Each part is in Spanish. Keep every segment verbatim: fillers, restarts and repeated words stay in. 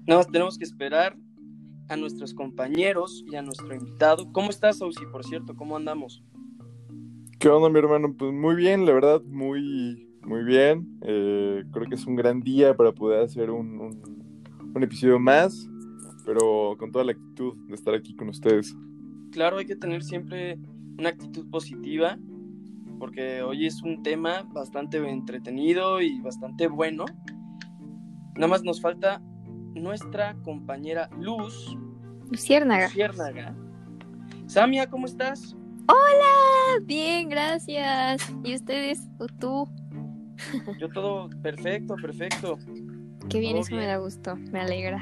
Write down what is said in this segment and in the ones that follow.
Nada más tenemos que esperar a nuestros compañeros y a nuestro invitado. ¿Cómo estás, Sausi, por cierto? ¿Cómo andamos? ¿Qué onda, mi hermano? Pues muy bien, la verdad, muy, muy bien. Eh, creo que es un gran día para poder hacer un, un, un episodio más, pero con toda la actitud de estar aquí con ustedes. Claro, hay que tener siempre una actitud positiva, porque hoy es un tema bastante entretenido y bastante bueno. Nada más nos falta nuestra compañera Luz Luciérnaga. Luciérnaga. Samia, ¿cómo estás? Hola, bien, gracias. ¿Y ustedes o tú? Yo todo perfecto, perfecto. Qué bien, Todo eso me bien. da gusto, me alegra.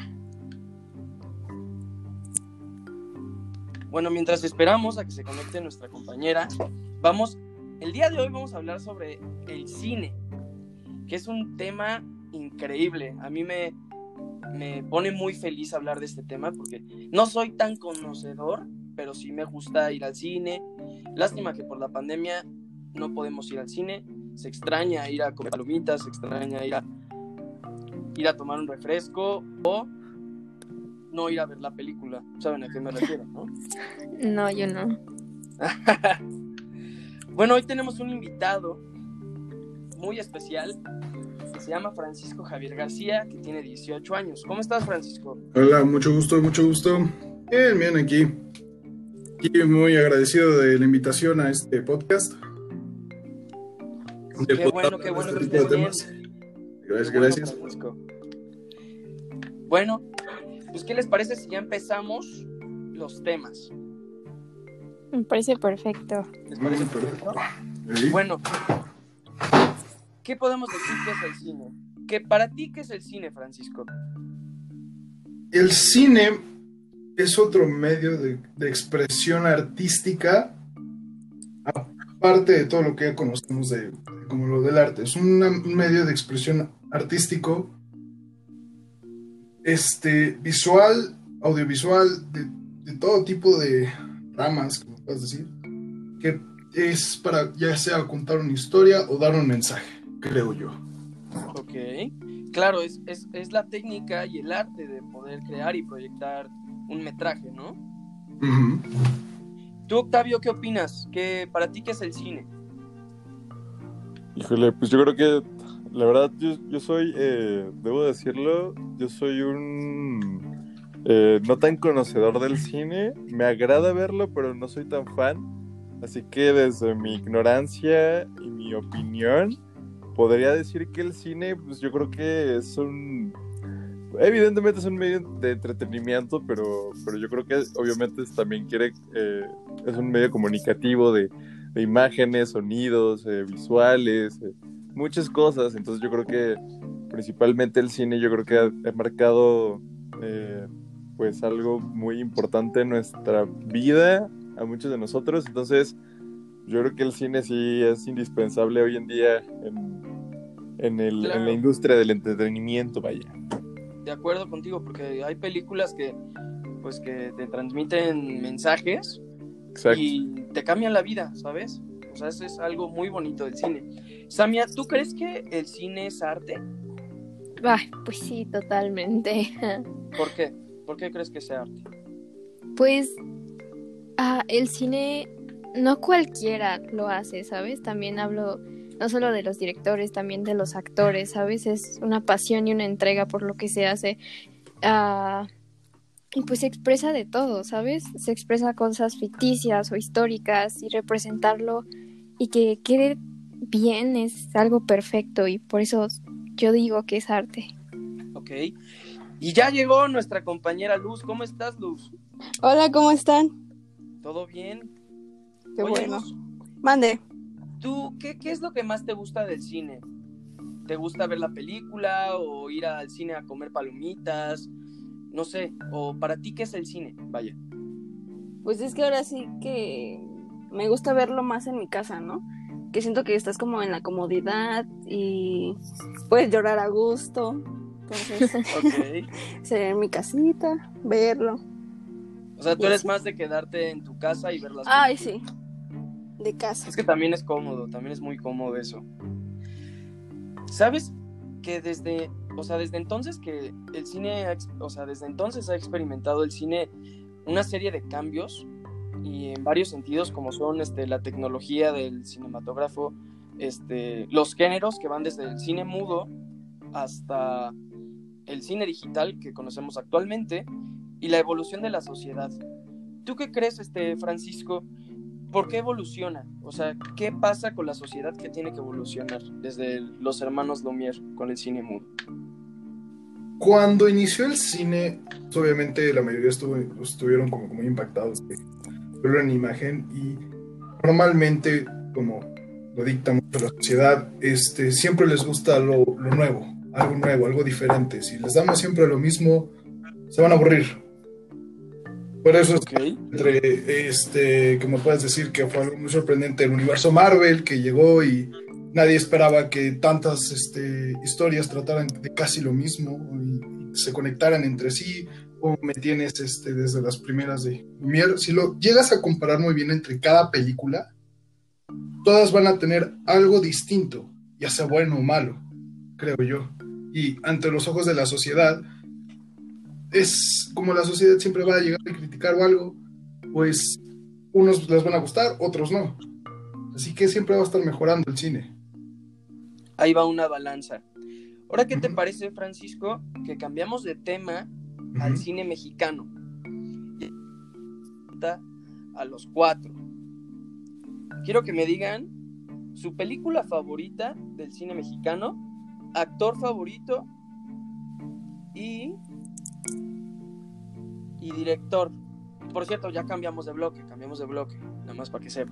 Bueno, mientras esperamos a que se conecte nuestra compañera, vamos, el día de hoy vamos a hablar sobre el cine, que es un tema increíble. A mí me, me pone muy feliz hablar de este tema porque no soy tan conocedor, pero sí me gusta ir al cine. Lástima que por la pandemia no podemos ir al cine. Se extraña ir a comer palomitas, se extraña ir a, ir a tomar un refresco o no ir a ver la película. ¿Saben a qué me refiero, no? No, yo no. Bueno, hoy tenemos un invitado muy especial que se llama Francisco Javier García, que tiene dieciocho años. ¿Cómo estás, Francisco? Hola, mucho gusto, mucho gusto. Bien, bien, aquí. Aquí muy agradecido de la invitación a este podcast. De Qué poder bueno, qué hablar bueno de que este tipo estés de bien. temas. Qué Gracias, bueno, gracias. Francisco. Bueno, pues ¿qué les parece si ya empezamos los temas? Me parece perfecto. ¿Les parece Mm, perfecto? ¿Sí? Bueno, ¿qué podemos decir que es el cine? ¿Qué, para ti, qué es el cine, Francisco? El cine es otro medio de, de expresión artística, aparte de todo lo que ya conocemos de, como lo del arte. Es una- un medio de expresión artístico, este, visual, audiovisual, de, de todo tipo de ramas, como puedes decir, que es para ya sea contar una historia o dar un mensaje, creo yo. Ok, claro, es, es, es la técnica y el arte de poder crear y proyectar un metraje, ¿no? Uh-huh. Tú, Octavio, ¿qué opinas? ¿Qué, para ti, qué es el cine? Híjole, pues yo creo que, la verdad, yo, yo soy, eh, debo decirlo, yo soy un eh, no tan conocedor del cine. Me agrada verlo, pero no soy tan fan. Así que desde mi ignorancia y mi opinión, podría decir que el cine, pues yo creo que es un... Evidentemente es un medio de entretenimiento, pero, pero yo creo que obviamente también quiere, eh, es un medio comunicativo de, de imágenes, sonidos, eh, visuales, eh, muchas cosas. Entonces yo creo que principalmente el cine yo creo que ha, ha marcado eh, pues algo muy importante en nuestra vida, a muchos de nosotros. Entonces yo creo que el cine sí es indispensable hoy en día en, en, el, en la Claro, industria del entretenimiento, vaya. de acuerdo contigo, porque hay películas que, pues, que te transmiten mensajes Exacto. y te cambian la vida, ¿sabes? O sea, eso es algo muy bonito del cine. Samia, ¿tú crees que el cine es arte? Ay, pues sí, totalmente. ¿Por qué? ¿Por qué crees que es arte? Pues ah, el cine no cualquiera lo hace, ¿sabes? También hablo no solo de los directores, también de los actores, ¿sabes? Es una pasión y una entrega por lo que se hace. Ah, y pues se expresa de todo, ¿sabes? Se expresa cosas ficticias o históricas y representarlo y que quede bien es algo perfecto y por eso yo digo que es arte. Ok. Y ya llegó nuestra compañera Luz. ¿Cómo estás, Luz? Hola, ¿cómo están? ¿Todo bien? Qué Oye, bueno. Luz, Mande. ¿tú qué, qué es lo que más te gusta del cine? ¿Te gusta ver la película o ir al cine a comer palomitas? No sé, o para ti, ¿qué es el cine? Vaya. Pues es que ahora sí que me gusta verlo más en mi casa, ¿no? Que siento que estás como en la comodidad y puedes llorar a gusto. Entonces, Ok. ser en mi casita, verlo. O sea, tú Y eres así. más de quedarte en tu casa y ver las Ay, películas. sí, de casa. Es que también es cómodo, también es muy cómodo eso. ¿Sabes que desde o sea, desde entonces que el cine, ha ex- o sea, desde entonces ha experimentado el cine una serie de cambios y en varios sentidos, como son este, la tecnología del cinematógrafo, este, los géneros que van desde el cine mudo hasta el cine digital que conocemos actualmente y la evolución de la sociedad. ¿Tú qué crees, este, Francisco? ¿Por qué evoluciona? O sea, ¿qué pasa con la sociedad que tiene que evolucionar desde los hermanos Lumière con el cine mudo? Cuando inició el cine, pues, obviamente la mayoría estuvo, estuvieron como muy impactados de verlo en imagen y normalmente, como lo dicta mucho la sociedad, este, siempre les gusta lo, lo nuevo, algo nuevo, algo diferente. Si les damos siempre lo mismo, se van a aburrir. Por eso es Ok, entre, este, como puedes decir que fue algo muy sorprendente el universo Marvel que llegó y nadie esperaba que tantas este, historias trataran de casi lo mismo y, y se conectaran entre sí, o me tienes este, desde las primeras de Lumière. Si lo llegas a comparar muy bien entre cada película, todas van a tener algo distinto, ya sea bueno o malo, creo yo. Y ante los ojos de la sociedad, es como la sociedad siempre va a llegar a criticar o algo, pues unos les van a gustar, otros no. Así que siempre va a estar mejorando el cine. ahí va una balanza. Ahora, ¿qué te Ujú. parece, Francisco, que cambiamos de tema al Ujú. cine mexicano? Y a los cuatro. Quiero que me digan su película favorita del cine mexicano, actor favorito y, y director. Por cierto, ya cambiamos de bloque, cambiamos de bloque, nada más para que sepa.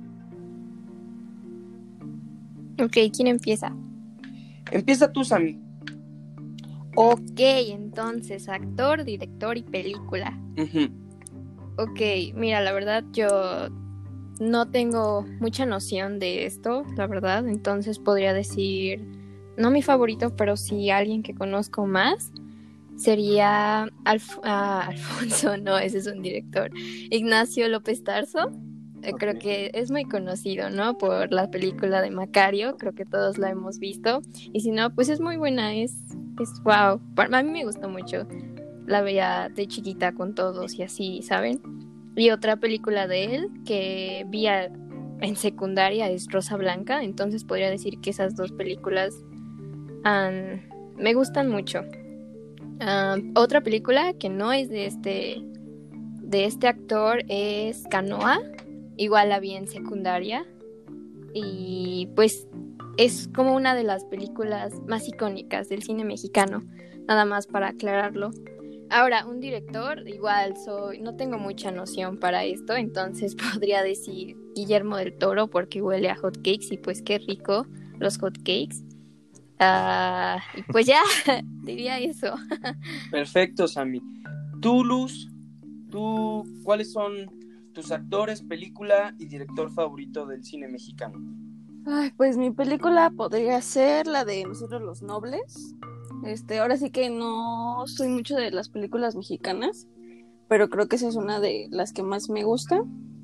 Ok, ¿quién empieza? Empieza tú, Sammy. Ok, entonces, actor, director y película. Uh-huh. Ok, mira, la verdad yo no tengo mucha noción de esto, la verdad, entonces podría decir, no mi favorito, pero sí alguien que conozco más, sería Alf- ah, Alfonso, no, ese es un director, Ignacio López Tarso. Eh, Creo Ok. que es muy conocido, ¿no? Por la película de Macario, creo que todos la hemos visto, y si no, pues es muy buena, es, es wow, Para- a mí me gustó mucho, la veía de chiquita con todos y así, ¿saben? Y otra película de él que vi a- en secundaria es Rosa Blanca, entonces podría decir que esas dos películas han- me gustan mucho. Ah, otra película que no es de este, de este actor es Canoa, igual la vi en secundaria y pues es como una de las películas más icónicas del cine mexicano, nada más para aclararlo. Ahora, un director, igual soy, no tengo mucha noción para esto, entonces podría decir Guillermo del Toro porque huele a hot cakes y pues qué rico los hot cakes. Ah, y pues ya, diría eso. Perfecto, Sammy. Tú, Luz, tú, ¿cuáles son tus actores, película y director favorito del cine mexicano? Ay, pues mi película podría ser la de Nosotros los Nobles. Este, ahora sí que no soy mucho de las películas mexicanas, pero creo que esa es una de las que más me gusta.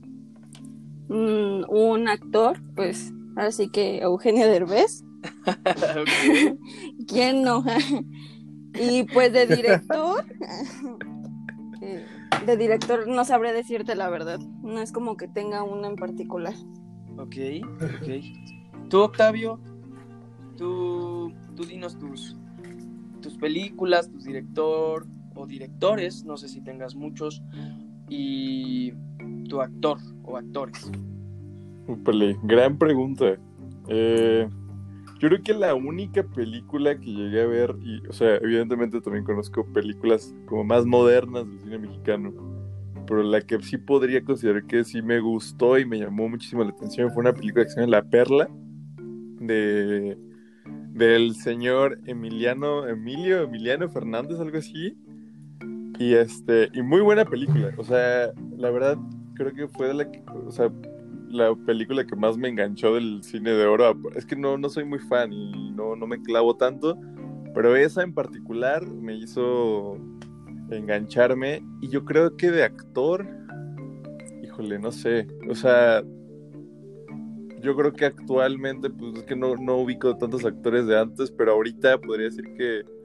Mm, un actor, pues ahora sí que Eugenio Derbez. Ok. ¿Quién no? Y pues de director, eh, de director no sabré decirte la verdad. No es como que tenga uno en particular. Ok, ok. Tú, Octavio, tú, tú dinos tus, tus películas, tu director o directores, no sé si tengas muchos, y tu actor o actores. Úpale, gran pregunta. Eh, yo creo que la única película que llegué a ver, y, o sea, evidentemente también conozco películas como más modernas del cine mexicano, pero la que sí podría considerar que sí me gustó y me llamó muchísimo la atención fue una película que se llama La Perla, de del señor Emiliano, Emilio, Emiliano Fernández, algo así. Y este, y muy buena película. O sea, la verdad, creo que fue de la que, o sea, la película que más me enganchó del cine de oro. Es que no, no soy muy fan y no, no me clavo tanto, pero esa en particular me hizo engancharme. Y yo creo que de actor, híjole, no sé. O sea, yo creo que actualmente, pues es que no, no ubico tantos actores de antes, pero ahorita podría decir que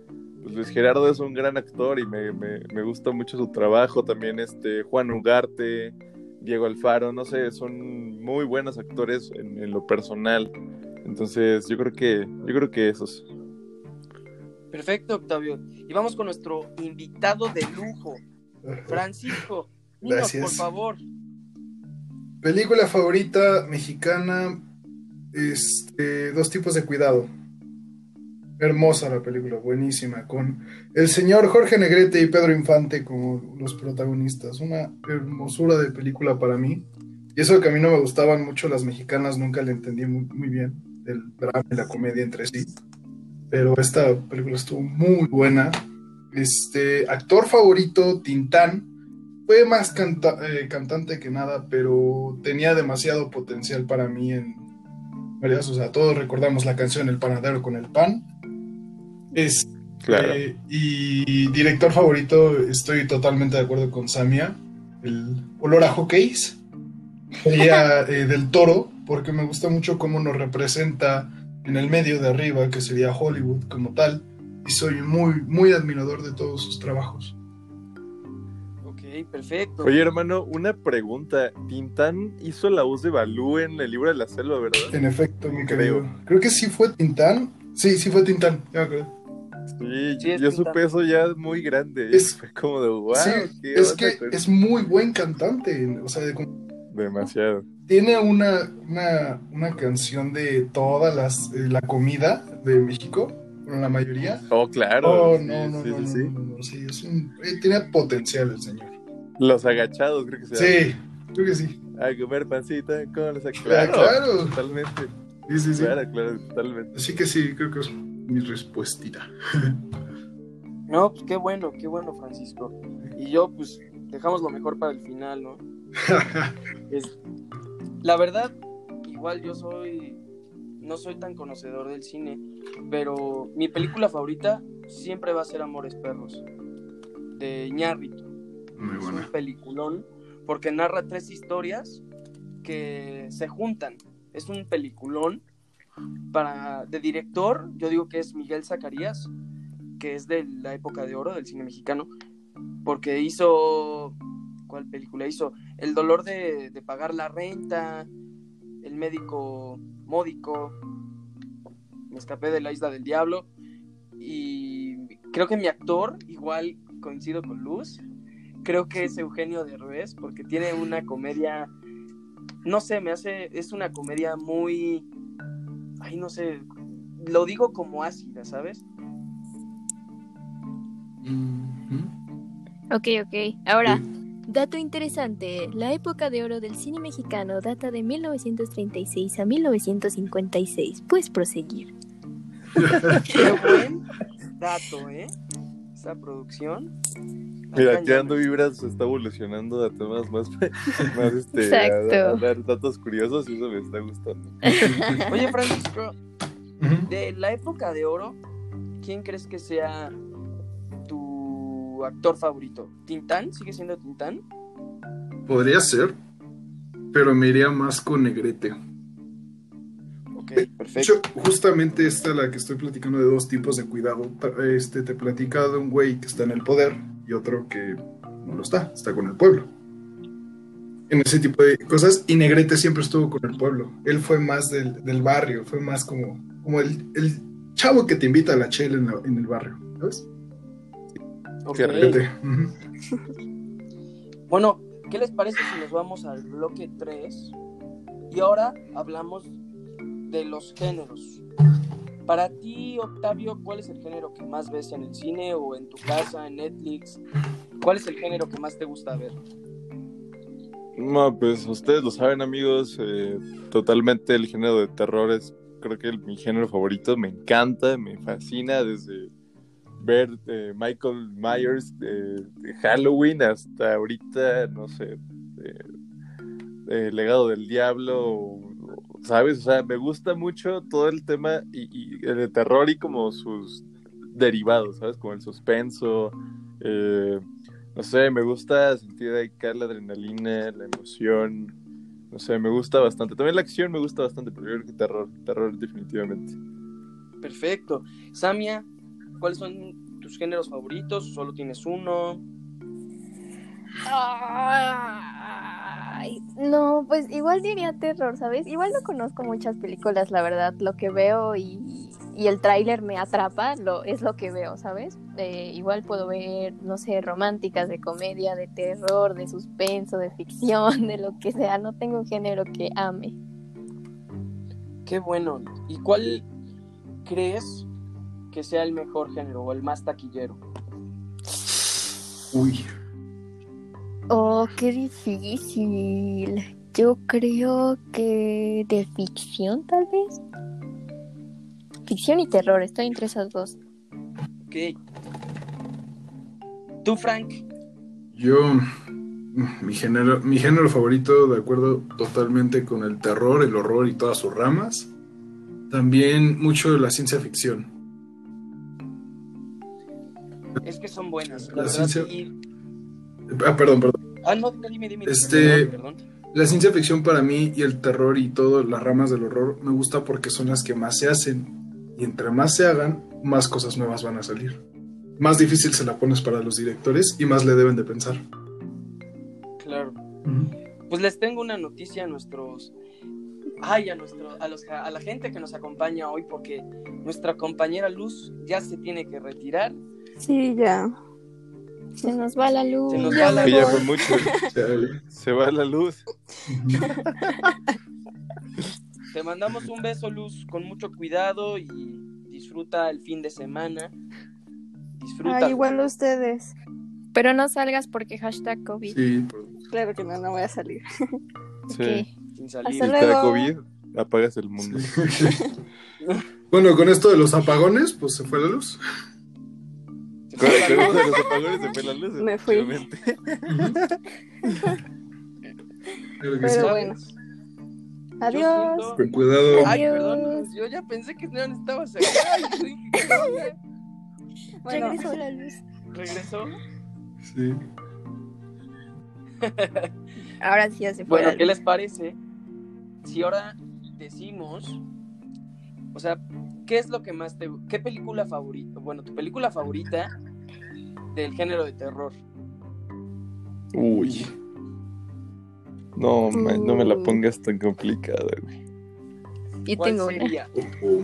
pues, Luis Gerardo es un gran actor y me, me, me gusta mucho su trabajo. También este Juan Ugarte, Diego Alfaro, no sé, son muy buenos actores en, en lo personal. Entonces, yo creo que, yo creo que esos. Perfecto, Octavio. Y vamos con nuestro invitado de lujo, Francisco. Dinos, Gracias. por favor. Película favorita mexicana, este, Dos tipos de cuidado. Hermosa la película, buenísima, con el señor Jorge Negrete y Pedro Infante como los protagonistas. Una hermosura de película para mí. Y eso que a mí no me gustaban mucho las mexicanas, nunca le entendí muy, muy bien el drama y la comedia entre sí. Pero esta película estuvo muy buena. Este, actor favorito, Tintán. Fue más canta- eh, cantante que nada, pero tenía demasiado potencial para mí en varias, o sea, todos recordamos la canción El panadero con el pan. Es, Claro. eh, y director favorito, estoy totalmente de acuerdo con Samia. El olor a hockeys. Sería eh, Del Toro, porque me gusta mucho cómo nos representa en el medio de arriba, que sería Hollywood como tal. Y soy muy, muy admirador de todos sus trabajos. Ok, perfecto. Oye, hermano, una pregunta. Tintán hizo la voz de Balú en el libro de la selva, ¿verdad? En efecto, mi Creo. querido. Creo que sí fue Tintán. Sí, sí fue Tintán, ya me acuerdo. Sí, Sí, es yo Tintán. supe eso ya muy grande. y Es- Fue como de, wow, sí, ¿qué es onda que con- es muy buen cantante. O sea, de como- Demasiado. tiene una, una, una canción de todas las, eh, la comida de México, bueno, la mayoría. Oh, claro. Oh, sí, no, no, sí, no, sí, no, sí. no, no, no, sí, es un, eh, tiene potencial el señor. Los agachados, creo que se llama. Sí, creo que sí. A comer pancita con los Ah, Claro, claro. totalmente. Sí, sí, sí. Claro, claro, totalmente. Así que sí, creo que es mi respuestita. No, pues qué bueno, qué bueno, Francisco. Y yo, pues, dejamos lo mejor para el final, ¿no? Es, la verdad, igual yo soy, no soy tan conocedor del cine, pero mi película favorita siempre va a ser Amores Perros, de Iñárritu. Muy Es buena. un peliculón, porque narra tres historias que se juntan. Es un peliculón para, de director, yo digo que es Miguel Zacarías, que es de la época de oro del cine mexicano, porque hizo, ¿cuál película hizo? El dolor de, de pagar la renta, El médico módico, Me escapé de la isla del diablo, y creo que mi actor, igual coincido con Luz, creo que es Eugenio Derbez, porque tiene una comedia, no sé, me hace, es una comedia muy, ay, no sé, lo digo como ácida, ¿sabes? Ok, ok. Ahora, dato interesante. La época de oro del cine mexicano data de mil novecientos treinta y seis a mil novecientos cincuenta y seis. Puedes proseguir. Qué buen dato, ¿eh? Esa producción. Mira, Oigan, tirando ya me- vibras está evolucionando a temas más, más este, Exacto. a, a dar datos curiosos y eso me está gustando. Oye, Francisco, Ujú. de la época de oro, ¿quién crees que sea tu actor favorito? ¿Tintán? ¿Sigue siendo Tintán? Podría ser, pero me iría más con Negrete. Ok, De perfecto. hecho, justamente esta la que estoy platicando de dos tipos de cuidado. Ta- Este te platica de un güey que está en el poder y otro que no lo está, está con el pueblo. En ese tipo de cosas, y Negrete siempre estuvo con el pueblo. Él fue más del, del barrio, fue más como, como el, el chavo que te invita a la chela en, la- en el barrio, ¿sabes? Ok. Qué rico. Negrete. Ujú. Bueno, ¿qué les parece si nos vamos al bloque tres? Y ahora hablamos de los géneros. Para ti, Octavio, ¿cuál es el género que más ves en el cine o en tu casa, en Netflix? ¿Cuál es el género que más te gusta ver? No, pues ustedes lo saben, amigos, eh, totalmente el género de terror es, creo que el- mi género favorito, me encanta, me fascina desde ver eh, Michael Myers de, de Halloween hasta ahorita, no sé, eh, eh, Legado del Diablo, ¿sabes? O sea, me gusta mucho todo el tema y, y de terror y como sus derivados, ¿sabes? Como el suspenso, eh, no sé, me gusta sentir ahí caer la adrenalina, la emoción, no sé, me gusta bastante. También la acción me gusta bastante, pero yo creo que terror, terror definitivamente. Perfecto. Samia, ¿cuáles son tus géneros favoritos o solo tienes uno? Ay, no, pues igual diría terror, ¿sabes? Igual no conozco muchas películas, la verdad. Lo que veo y, y el tráiler me atrapa, lo, es lo que veo, ¿sabes? Eh, igual puedo ver, no sé, románticas, de comedia, de terror, de suspenso, de ficción, de lo que sea. No tengo un género que ame. Qué bueno. ¿Y cuál crees que sea el mejor género o el más taquillero? Uy. Oh, qué difícil. Yo creo que de ficción, tal vez. Ficción y terror, estoy entre esas dos. Ok. ¿Tú, Frank? Yo, mi género, mi género favorito, de acuerdo totalmente con el terror, el horror y todas sus ramas. También mucho de la ciencia ficción. Es que son buenas, la La verdad. ciencia- Y... Ah, perdón, perdón. Ah, no, dime, dime, dime. Este- Perdón, perdón. La ciencia ficción para mí y el terror y todas las ramas del horror me gusta porque son las que más se hacen. Y entre más se hagan, más cosas nuevas van a salir. Más difícil se la pones para los directores y más le deben de pensar. Claro. Pues les tengo una noticia a nuestros... Ay, a, nuestro, a, los, a la gente que nos acompaña hoy, porque nuestra compañera Luz ya se tiene que retirar. Sí, ya. Se nos va la luz. Se nos ya va la me Que ya voy. fue mucho. Chale. Se va la luz. Te mandamos un beso, Luz, con mucho cuidado y disfruta el fin de semana. Disfruta. Ay, igual ustedes. Pero no salgas porque hashtag COVID. Sí, por- Claro que no, no voy a salir. Sí. Ok. Sin salir. Hasta Si luego. te da COVID, apagas el mundo. Bueno, con esto de los apagones, pues se fue la luz. Se Con fue con la eso luz. de los apagones se fue la luz. Me fui. efectivamente. Creo que Pero sí. bueno. Yo Adiós. siento- Con cuidado. Ay, Adiós. perdón, yo ya pensé que no estabas acá. Yo dije, ¿qué onda? Bueno, Regresó la luz. ¿Regresó? Sí. Ahora sí ya se fue. Bueno, la ¿qué luz. les parece si ahora decimos, o sea, qué es lo que más te, qué película favorita, bueno, tu película favorita del género de terror? Uy. No, man, no me la Uh. pongas tan complicada, güey. Y ¿Cuál tengo una. sería? Oh,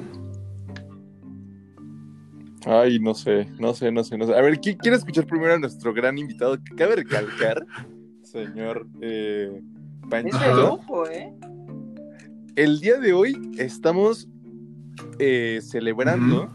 Ay, no sé, no sé, no sé, no sé. A ver, ¿qui- quiero escuchar primero a nuestro gran invitado, que cabe recalcar, señor eh, Es de Panchito. lujo, ¿eh? El día de hoy estamos eh, celebrando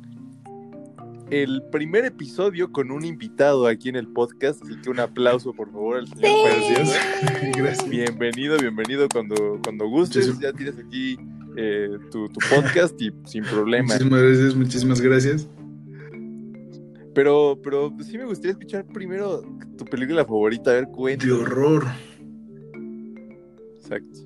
el primer episodio con un invitado aquí en el podcast, así que un aplauso, por favor, al señor Panchito. Gracias. Gracias. Bienvenido, bienvenido cuando, cuando gustes. Muchísimas- Ya tienes aquí eh, tu, tu podcast y sin problema. Muchísimas gracias, muchísimas gracias. Pero, pero sí me gustaría escuchar primero tu película favorita. A ver, De cuéntame. horror. Exacto.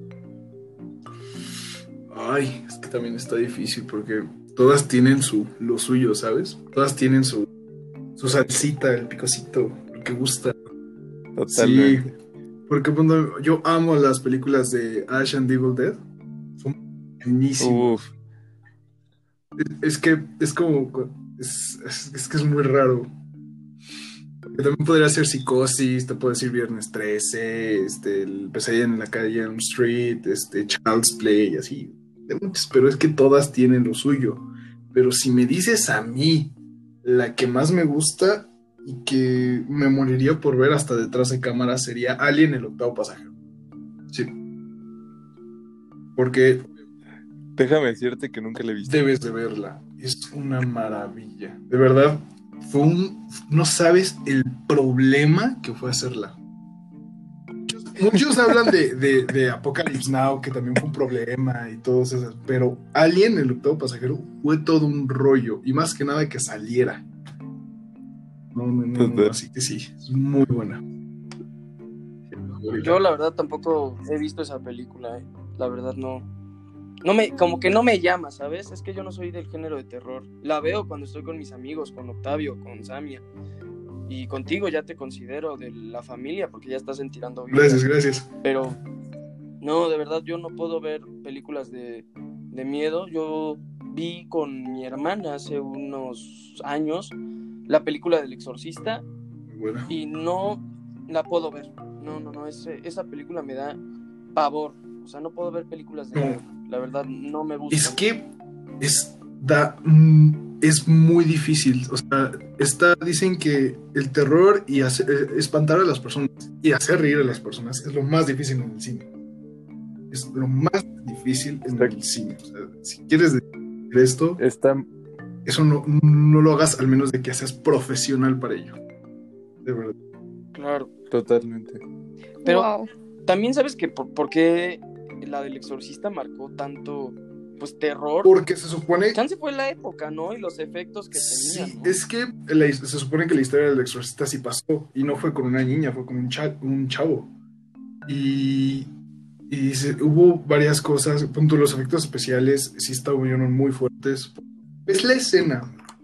Ay, es que también está difícil porque todas tienen su lo suyo, ¿sabes? Todas tienen su, su salsita, el picocito, lo que gusta. Totalmente. Sí, porque cuando yo amo las películas de Ash and Evil Dead. Son buenísimas. Uf. Es, es que es como es, es, es que es muy raro. Porque también podría ser Psicosis, te puedo decir Viernes trece, este, el Pesadilla en la calle Elm Street, este, Child's Play, así. De muchas, pero es que todas tienen lo suyo. Pero si me dices a mí la que más me gusta y que me moriría por ver hasta detrás de cámara sería Alien, el octavo pasajero. Sí. Porque Déjame decirte que nunca la he visto. debes de verla. Es una maravilla. De verdad, fue un... No sabes el problema que fue hacerla. Muchos, muchos hablan de, de, de Apocalypse Now, que también fue un problema y todas esas. Pero Alien, el octavo pasajero, fue todo un rollo. Y más que nada que saliera. No, no, no, no, así que sí, es muy buena. Yo la verdad tampoco he visto esa película, ¿eh? La verdad no. No me, como que no me llama, ¿sabes? Es que yo no soy del género de terror. La veo cuando estoy con mis amigos, con Octavio, con Samia. Y contigo ya te considero de la familia porque ya estás en Tirando Vida. Gracias, gracias. Pero no, de verdad yo no puedo ver películas de, de miedo. Yo vi con mi hermana hace unos años la película del Exorcista Muy buena. y no la puedo ver. No, no, no, ese, esa película me da pavor. O sea, no puedo ver películas de No. miedo. La verdad, no me gusta. Es que es, da, mm, es muy difícil. O sea, está, dicen que el terror y hacer, eh, espantar a las personas y hacer reír a las personas es lo más difícil en el cine. Es lo más difícil en el cine. O sea, si quieres decir esto, Está, eso no, no lo hagas al menos de que seas profesional para ello. De verdad. Claro. totalmente. Pero Wow. también sabes que por, por qué la del Exorcista marcó tanto, pues, terror. Porque se supone... Chance fue la época, ¿no? Y los efectos que Sí, tenían, ¿no? es que la- se supone que la historia del exorcista sí pasó y no fue con una niña, fue con un, cha- un chavo. Y, y se- hubo varias cosas, punto, los efectos especiales sí estaban muy fuertes. Es la escena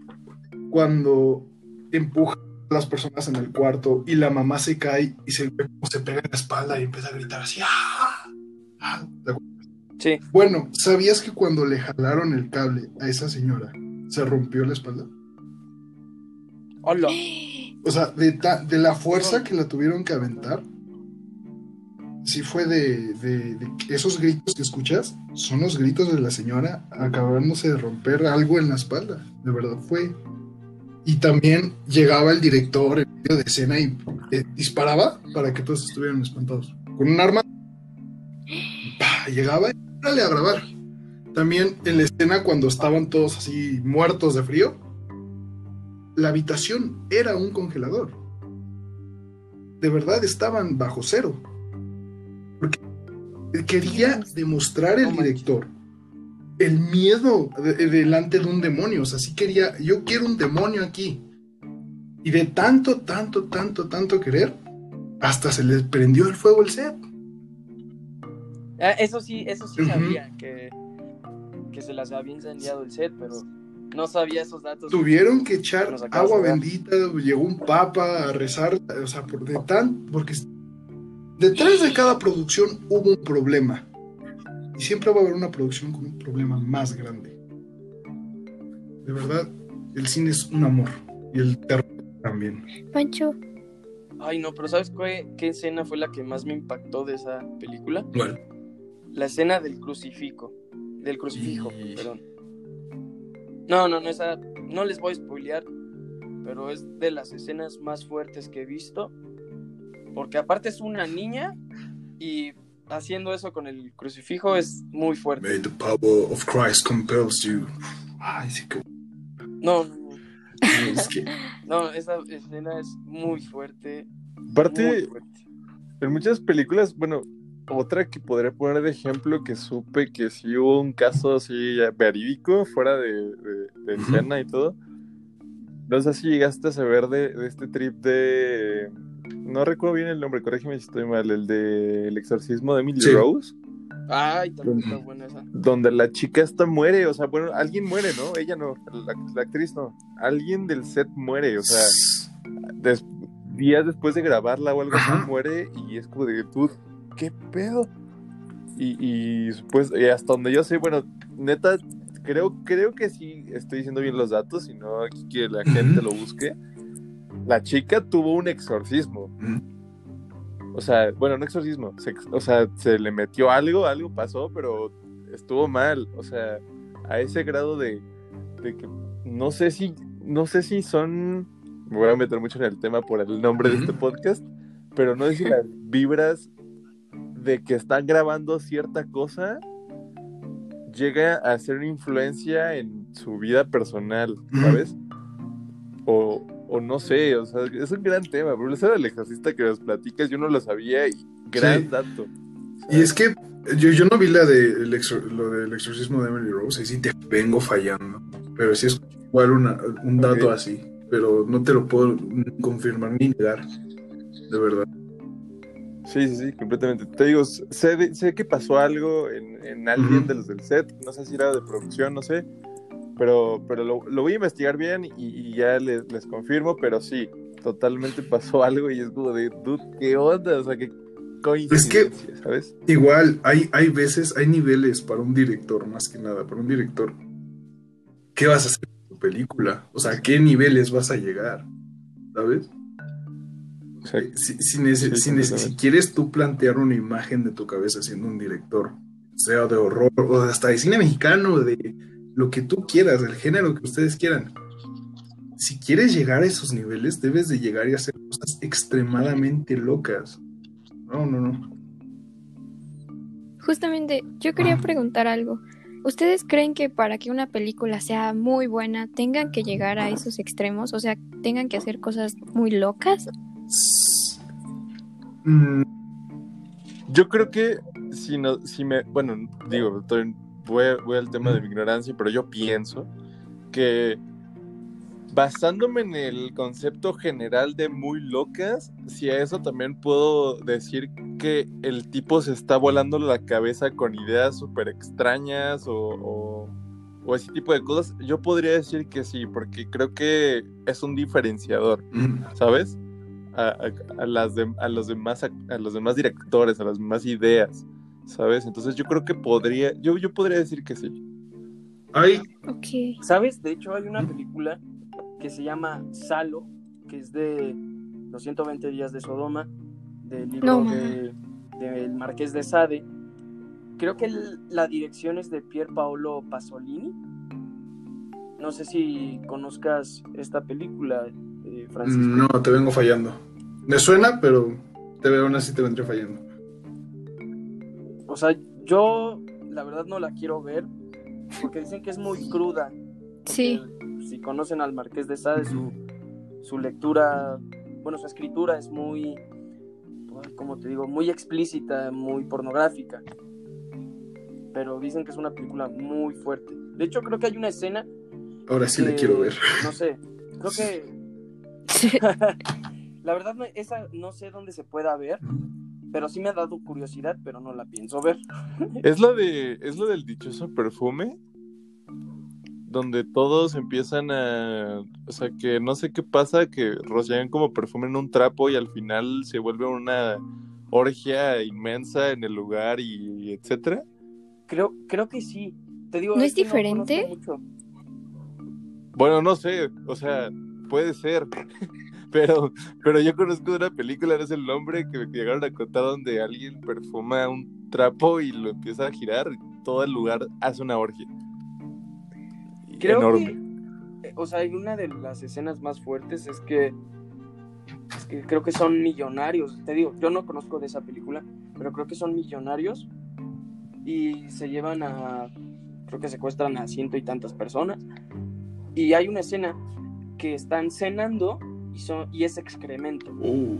cuando empuja a las personas en el cuarto y la mamá se cae y se, ve cómo se pega en la espalda y empieza a gritar así. ¡Ah! ¡Ah! ¿Te acuerdas? Sí. Bueno, ¿sabías que cuando le jalaron el cable a esa señora se rompió la espalda? Hola. O sea, de, ta- de la fuerza que la tuvieron que aventar, sí fue de, de- de que esos gritos que escuchas, son los gritos de la señora acabándose de romper algo en la espalda. De verdad fue. Y también llegaba el director en medio de escena y eh, disparaba para que todos estuvieran espantados. Con un arma, ¡pah! Llegaba y órale a grabar. También en la escena cuando estaban todos así muertos de frío, la habitación era un congelador. De verdad estaban bajo cero. Porque quería demostrar el No manches. director el miedo de- de- delante de un demonio. O sea, sí quería, yo quiero un demonio aquí. Y de tanto, tanto, tanto, tanto querer, hasta se les prendió el fuego el set. Ah, eso sí, eso sí Ujú. sabía que, que se las había incendiado el set, pero no sabía esos datos. Tuvieron que echar Nos acabas agua de dar. bendita, llegó un papa a rezar, o sea, por de tan, porque detrás de cada producción hubo un problema. Y siempre va a haber una producción con un problema más grande. De verdad, el cine es un amor. Y el terror también. Pancho, Ay, no, pero ¿sabes qué, qué escena fue la que más me impactó de esa película? Bueno, La escena del crucifijo. Del crucifijo, Y- perdón. No, no, no, esa. No les voy a spoilear, pero es de las escenas más fuertes que he visto. Porque aparte es una niña y haciendo eso con el crucifijo es muy fuerte. May the power of Christ compels you. Ay, sí que... No, no, no. Es que... No, esa escena es muy fuerte. Aparte, Muy fuerte. en muchas películas, bueno, otra que podría poner de ejemplo que supe que sí hubo un caso así ya verídico, fuera de, de, de Ujú. escena y todo. No sé si llegaste a saber de, de este trip de... No recuerdo bien el nombre, corrígeme si estoy mal, el de El exorcismo de Emily Sí. Rose, Ay, también está buena esa. donde la chica esta muere, o sea, bueno, alguien muere, ¿no? Ella no, la, la actriz no. Alguien del set muere, o sea, des- días después de grabarla o algo Ajá. así, muere y es como de, tú, ¿qué pedo? Y, y pues, y hasta donde yo sé, bueno, neta, creo, creo que sí estoy diciendo bien los datos, si no, aquí que la gente lo busque. La chica tuvo un exorcismo. O sea, bueno, un exorcismo. Se, o sea, se le metió algo, algo pasó, pero estuvo mal. O sea, a ese grado de, de que no sé si, no sé si son, me voy a meter mucho en el tema por el nombre de este podcast, pero no sé si las vibras de que están grabando cierta cosa llega a ser una influencia en su vida personal, ¿sabes? O, o no sé, o sea, es un gran tema, pero eso del exorcista que nos platicas, yo no lo sabía y gran Sí. dato. Y es que yo, yo no vi la de el exor- lo del exorcismo de Emily Rose, ahí sí te vengo fallando. Pero sí es igual una- un dato Ok. así. Pero no te lo puedo confirmar ni negar. De verdad. Sí, sí, sí, completamente. Te digo, sé, de- sé que pasó algo en, en alguien Ujú. de los del set, no sé si era de producción, no sé, pero, pero lo, lo voy a investigar bien y, y ya les, les confirmo, pero sí, totalmente pasó algo y es como de, dude, ¿qué onda? O sea, qué coincidencia, ¿sabes? Igual, hay, hay veces, hay niveles para un director, más que nada. Para un director ¿qué vas a hacer con tu película? O sea, ¿a qué niveles vas a llegar? ¿Sabes? Exacto. Si, si, nece- Sí, si, nece- si completamente. quieres tú plantear una imagen de tu cabeza siendo un director, sea de horror o hasta de cine mexicano, de lo que tú quieras, del género que ustedes quieran, si quieres llegar a esos niveles, debes de llegar y hacer cosas extremadamente locas. No, no, no. Justamente, yo quería preguntar algo. ¿Ustedes creen que para que una película sea muy buena tengan que llegar a esos extremos? O sea, tengan que hacer cosas muy locas. Mm, Yo creo que si no, si me, bueno, digo, estoy- voy, voy al tema de mi ignorancia, pero yo pienso que basándome en el concepto general de muy locas, si a eso también puedo decir que el tipo se está volando la cabeza con ideas súper extrañas o, o, o ese tipo de cosas, yo podría decir que sí, porque creo que es un diferenciador, mm. ¿sabes? A, a- a las de- a los demás ac- a los demás directores, a las demás ideas, ¿sabes? Entonces yo creo que podría, yo, yo podría decir que sí. Hay, Ok. ¿Sabes? De hecho, hay una película que se llama Salo, que es de los ciento veinte días de Sodoma, del libro No, ma. de, del Marqués de Sade. Creo que el- la dirección es de Pier Paolo Pasolini. No sé si conozcas esta película, eh, Francisco. no, te vengo fallando. Me suena, pero te veo aún así te vendré fallando. O sea, yo la verdad no la quiero ver porque dicen que es muy cruda. Porque Sí. si conocen al Marqués de Sade, su, su lectura, bueno, su escritura es muy, como te digo, muy explícita, muy pornográfica. Pero dicen que es una película muy fuerte. De hecho, creo que hay una escena Ahora sí que, le quiero ver. no sé, creo que la verdad no- esa no sé dónde se pueda ver, pero sí me ha dado curiosidad, pero no la pienso ver. ¿Es la de, es lo del dichoso perfume? Donde todos empiezan a, o sea, que no sé qué pasa, que rocian como perfume en un trapo y al final se vuelve una orgia inmensa en el lugar y, y etcétera. Creo, creo que sí. Te digo, ¿No es es que no conozco diferente? mucho. Bueno, no sé, o sea, puede ser, pero, pero yo conozco una película, no es el nombre, que, que llegaron a contar donde alguien perfuma un trapo y lo empieza a girar y todo el lugar hace una orgia. Y Creo enorme. que, eh, o sea, hay una de las escenas más fuertes es que, es que creo que son millonarios. Te digo, yo no conozco de esa película, pero creo que son millonarios y se llevan a, creo que secuestran a ciento y tantas personas. Y hay una escena que están cenando y, son, y es excremento. Uh,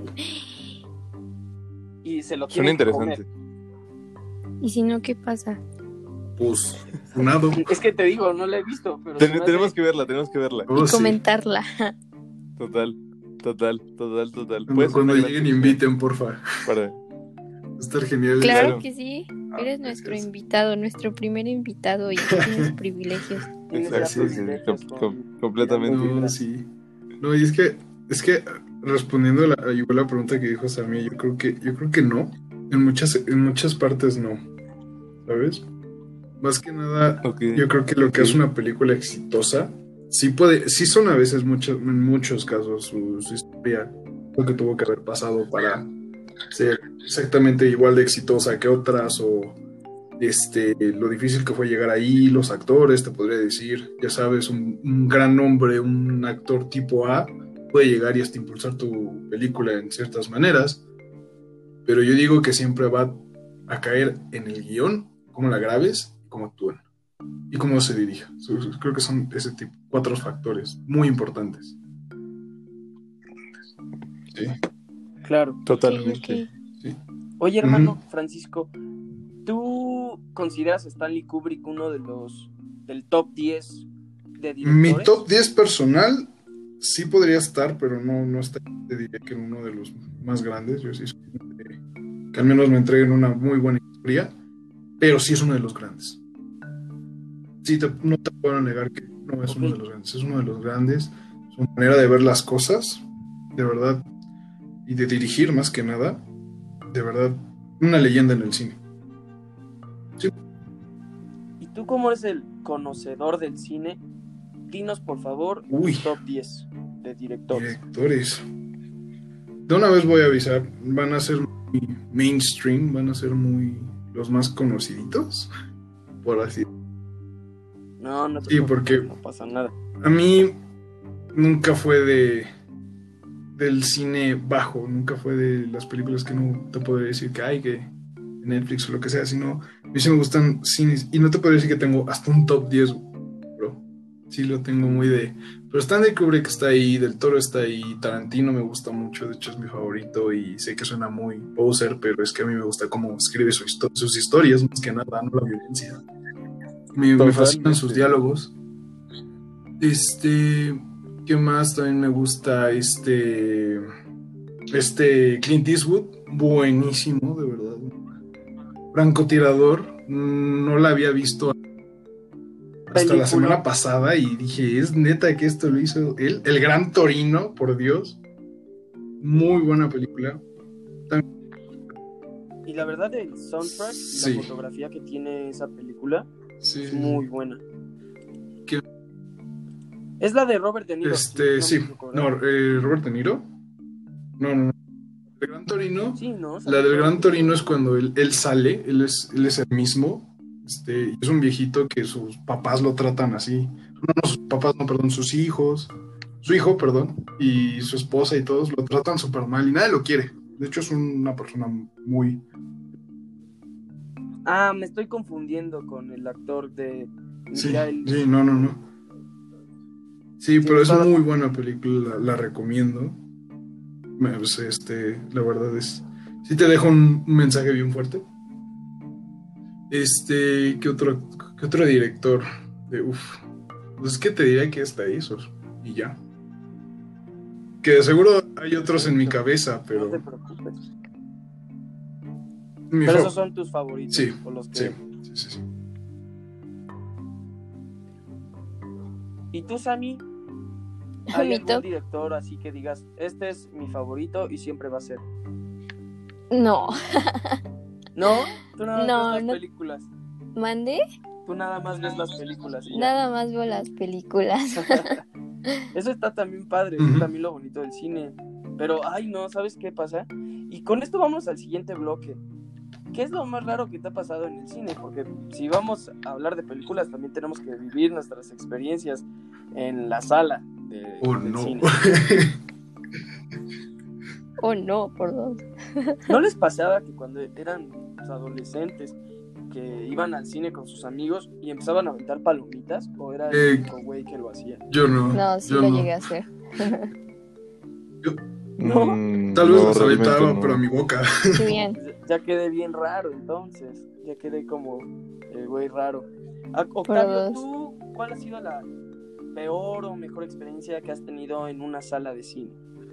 Y se lo Suena tienen que comer. interesante. ¿Y si no, qué pasa? pues, funado. Es que te digo, no la he visto, pero Ten- se me hace- tenemos que verla, tenemos que verla. Oh, Y sí. comentarla. Total, total, total, total. Cuando, Puede ser cuando una gran lleguen, sección inviten, porfa. para- Va a estar genial. Claro Claro. que sí. Ah, Eres gracias. nuestro invitado, nuestro primer invitado y tienes privilegios. tienes ya Exacto, sí, privilegios com- con- com- completamente. tirando No, vibras. sí. No, y es que, es que respondiendo a la, igual la pregunta que dijo Sammy, yo creo que, yo creo que no. En muchas, en muchas partes no. ¿Sabes? Más que nada, Ok, yo creo que lo que ok. es una película exitosa, sí puede, sí son a veces muchos, en muchos casos su, su historia, lo que tuvo que haber pasado para ser exactamente igual de exitosa que otras, o este, lo difícil que fue llegar ahí, los actores, te podría decir, ya sabes, un, un gran nombre, un actor tipo A, puede llegar y hasta impulsar tu película en ciertas maneras, pero yo digo que siempre va a caer en el guión, cómo la grabes, cómo actúan y cómo se dirige. Creo que son ese tipo, cuatro factores muy importantes. Sí, Claro. Totalmente. Ok, sí. Oye, hermano Ujú. Francisco, ¿tú consideras a Stanley Kubrick uno de los del top diez de Mi directores? top diez personal sí podría estar, pero no, no está, te diría que en uno de los más grandes. Yo sí soy de- que al menos me entreguen una muy buena historia, pero sí es uno de los grandes. Sí, te- no te puedo negar que no es Ok. uno de los grandes, es uno de los grandes. Su manera de ver las cosas, de verdad, y de dirigir más que nada, de verdad, una leyenda en el cine. ¿Y tú cómo eres el conocedor del cine? dinos por favor Uy. top diez de directores. Directores. De una vez voy a avisar, van a ser muy mainstream, van a ser muy los más conociditos, por así. No, no te Sí, preocupes, porque- no pasa nada. A mí nunca fue de del cine bajo, nunca fue de las películas que no te podría decir que hay, que Netflix o lo que sea, sino a mí sí me gustan cines, y no te podría decir que tengo hasta un top diez, bro. Sí lo tengo muy de... Pero Stanley Kubrick está ahí, Del Toro está ahí, Tarantino me gusta mucho, de hecho es mi favorito, y sé que suena muy poser, pero es que a mí me gusta cómo escribe su histo- sus historias, más que nada, no la violencia. Me, me fascinan sus Totalmente. diálogos. Este... ¿Qué más? También me gusta este... Este Clint Eastwood, buenísimo, de verdad. Francotirador, mm, no la había visto hasta Película. la semana pasada y dije, es neta que esto lo hizo él. El Gran Torino, por Dios. Muy buena película. Y la verdad, el soundtrack y Sí. la fotografía que tiene esa película Sí, es sí, muy sí. buena. ¿Qué? Es la de Robert De Niro. Este, me sí. equivoco, No, ¿verdad? eh, Robert De Niro. No, no, no. El Gran Torino. Sí, ¿no? La Sale del Robert Gran De Niro. Torino es cuando él, él sale, él es, él es el mismo. Este, es un viejito que sus papás lo tratan así. No, no, sus papás, no, perdón, sus hijos. Su hijo, perdón, y su esposa y todos lo tratan súper mal y nadie lo quiere. De hecho, es una persona muy... Ah, me estoy confundiendo con el actor de Sí, Michael. sí, no, no, no. Sí, pero es estaba- muy buena película, la, la recomiendo. Me- pues, este, la verdad es... Sí te dejo un, un mensaje bien fuerte. Este, ¿qué otro, qué otro director? De, uf, pues es que te diría que está esos y ya. Que de seguro hay otros en mi cabeza, No pero... te preocupes. mi Pero fa- esos son tus favoritos. Sí, o los que... sí, sí, sí, sí. ¿Y tú, Sammy? A ¿Hay mi algún top, director así que digas, este es mi favorito y siempre va a ser? no. ¿No? Tú nada más No, ves las no. películas. ¿Mande? Tú nada más ves las películas y ya. Nada más veo las películas. Eso está también padre, eso es Ujú. también lo bonito del cine. Pero, ay, no, ¿sabes qué pasa? Y con esto vamos al siguiente bloque. ¿Qué es lo más raro que te ha pasado en el cine? Porque si vamos a hablar de películas, también tenemos que vivir nuestras experiencias en la sala de, Oh, del no. cine. Oh, no, por dos. ¿No les pasaba que cuando eran pues, adolescentes que iban al cine con sus amigos y empezaban a aventar palomitas? ¿O era el Eh, único güey que lo hacía? Yo no. No, sí yo lo no. llegué a hacer. ¿No? Mm, Tal vez no, los realmente aventaba, no. pero a mi boca. Qué bien. Ya quedé bien raro, entonces. Ya quedé como el güey raro. Ah, Octavio, dos. ¿tú cuál ha sido la peor o mejor experiencia que has tenido en una sala de cine?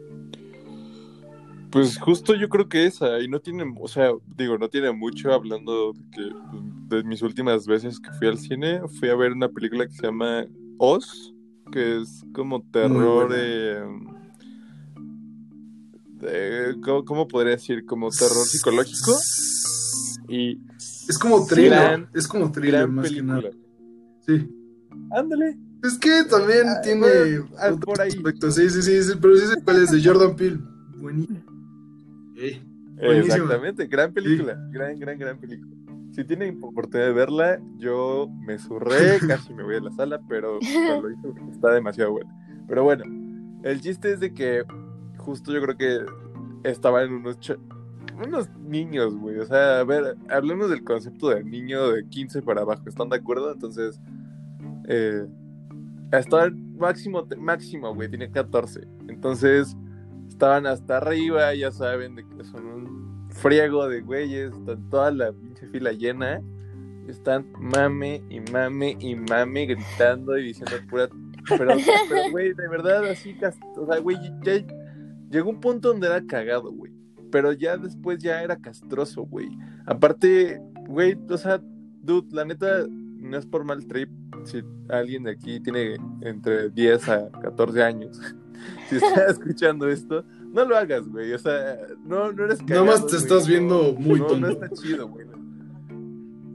Pues justo yo creo que esa, y no tiene, o sea, digo, no tiene mucho hablando de que pues, de mis últimas veces que fui al cine, fui a ver una película que se llama Oz, que es como terror, buena. eh, eh, ¿cómo, cómo podría decir? Como terror psicológico y Es como thriller. Gran- es como thriller, gran más película. que nada. Sí. Ándale. Es que también Ah, tiene bueno, ah, otros por ahí. aspectos. Sí, sí, sí, sí, pero sí sé cuál es, de Jordan Peele. Buenísimo. Ey, buenísima. Exactamente, gran película, gran, gran, gran película. Si tienen oportunidad de verla, yo me zurré, casi me voy a la sala, pero no lo hice porque está demasiado buena. Pero bueno, el chiste es de que justo yo creo que estaban unos ch- unos niños, güey. O sea, a ver, hablemos del concepto de niño de quince para abajo, ¿están de acuerdo? Entonces, eh, estaban máximo, máximo, güey, tiene catorce. Entonces, estaban hasta arriba, ya saben, de que son un friego de güeyes, están toda la pinche fila llena, están mame y mame y mame gritando y diciendo pura... Pero, pero güey, de verdad, así, o sea, güey, ya llegó un punto donde era cagado, güey, pero ya después ya era castroso, güey. Aparte, güey, o sea, dude, la neta, no es por mal trip, si alguien de aquí tiene entre diez a catorce años, si estás escuchando esto, no lo hagas, güey. O sea, no, no eres cagado, Nada más te güey. estás viendo no, muy no, tonto. No está chido, güey.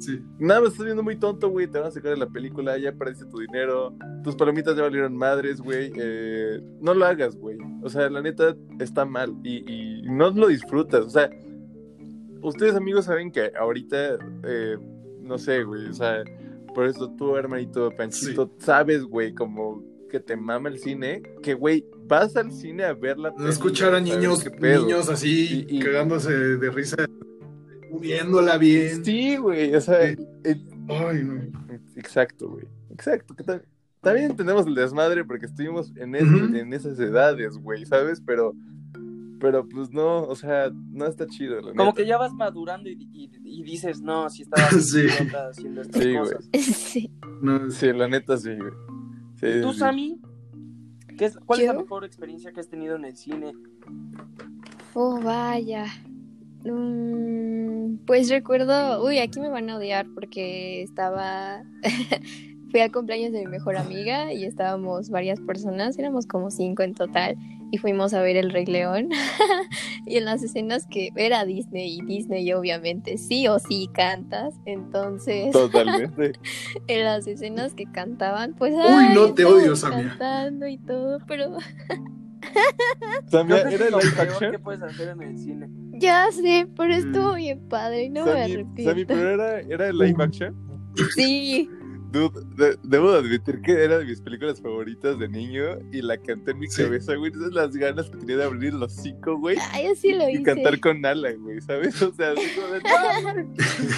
Sí. Nada más estás viendo muy tonto, güey, te van a sacar de la película, ya perdiste tu dinero, tus palomitas ya valieron madres, güey, eh, no lo hagas, güey, o sea, la neta está mal y, y no lo disfrutas, o sea, ustedes amigos saben que ahorita, eh, no sé, güey, o sea, por eso tú, hermanito Panchito, Sí. sabes, güey, como que te mama el cine, que, güey, vas al cine a ver la No peli, escuchar a güey, ¿sabes niños, qué pedo? niños así, Y- y- cagándose de risa, viéndola bien. Sí, güey, o sea, Sí. eh, Ay, no. exacto, güey. Exacto. Que ta- también entendemos el desmadre porque estuvimos en, es- Ujú. en esas edades, güey, ¿sabes? Pero, pero pues no, o sea, no está chido, la Como neta. que ya vas madurando y, y, y dices, no, si estaba bien Sí. idiota haciendo estas Sí, güey. cosas. Sí. No, Sí, la neta sí, güey. Sí, ¿Y tú, sí. Sammy? ¿Qué es, ¿Cuál es la ¿Yo? mejor experiencia que has tenido en el cine? Oh, vaya. Mm, pues recuerdo, uy, aquí me van a odiar porque estaba, fui al cumpleaños de mi mejor amiga y estábamos varias personas, éramos como cinco en total y fuimos a ver El Rey León y en las escenas que era Disney y Disney obviamente sí o sí cantas, entonces Totalmente. en las escenas que cantaban, pues Uy, ay, no, te estaban odio, Samia. cantando y todo, pero Samia, Creo que ¿era es lo live peor action? que puedes hacer en el cine. ya sé, pero Mm. estuvo bien padre y no me Sammy, arrepiento. Sammy, pero era, era live action. Sí. Dude, de- debo de admitir que era de mis películas favoritas de niño y la canté en mi Sí. cabeza, güey. Esas las ganas que tenía de abrir los cinco, güey. Ay, yo sí lo Y hice. cantar con Nala, güey, ¿sabes? O sea, así como de...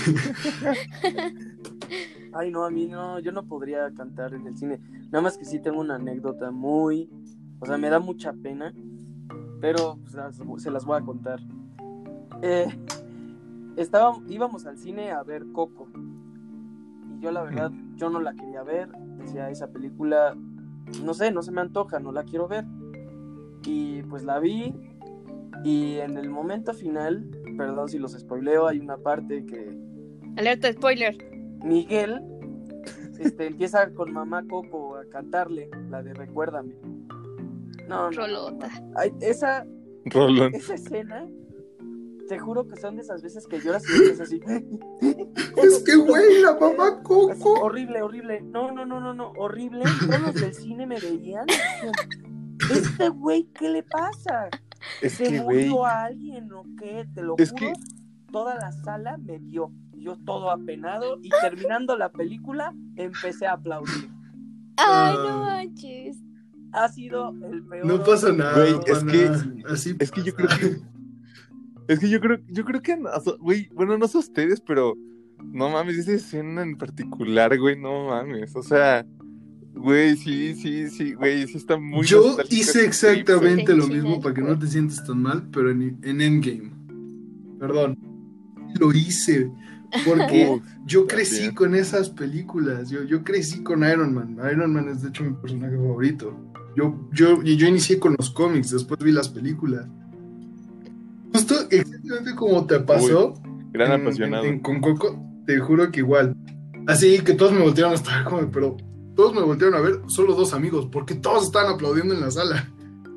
Ay, no, a mí no, yo no podría cantar en el cine. Nada más que sí tengo una anécdota muy... O sea, me da mucha pena, pero pues, las- se las voy a contar. Eh, estaba, íbamos al cine a ver Coco. Y yo la verdad, yo no la quería ver. Decía, esa película, no sé, no se me antoja, no la quiero ver. Y pues la vi. Y en el momento final, perdón si los spoileo, hay una parte que Alerta spoiler. Miguel este, empieza con mamá Coco a cantarle la de Recuérdame. No, no, Rolota. ay, esa, Rolón. esa escena, te juro que son de esas veces que lloras y es así. Es que, güey, la mamá Así, Coco. horrible, horrible. No, no, no, no, no, horrible. Todos los del cine me veían. Este güey, ¿qué le pasa? Es ¿Se que, güey, murió a alguien o qué? Te lo Es juro. que- Toda la sala me vio. Yo todo apenado. Y terminando la película, empecé a aplaudir. Ay, Ah. no manches. Ha sido el peor. No pasa nada, Güey, no es pasa que- nada. Así es que yo pasa. creo que- Es que yo creo, yo creo que, no, o sea, güey, bueno, no sé ustedes, pero no mames, esa escena en particular, güey, no mames, o sea, güey, sí, sí, sí, güey, sí está muy Yo nostálgico hice ese trip, güey. exactamente Se lo enchina mismo el para que no cuerpo. te sientas tan mal, pero en, en Endgame. Perdón. Lo hice. Porque Uf, yo crecí también. con esas películas. Yo, yo crecí con Iron Man. Iron Man es de hecho mi personaje favorito. Yo, yo, y yo inicié con los cómics, después vi las películas. Justo exactamente como te pasó Gran en- apasionado. en- en- con Coco, te juro que igual. Así que todos me voltearon a estar como, pero todos me voltearon a ver, solo dos amigos, porque todos estaban aplaudiendo en la sala.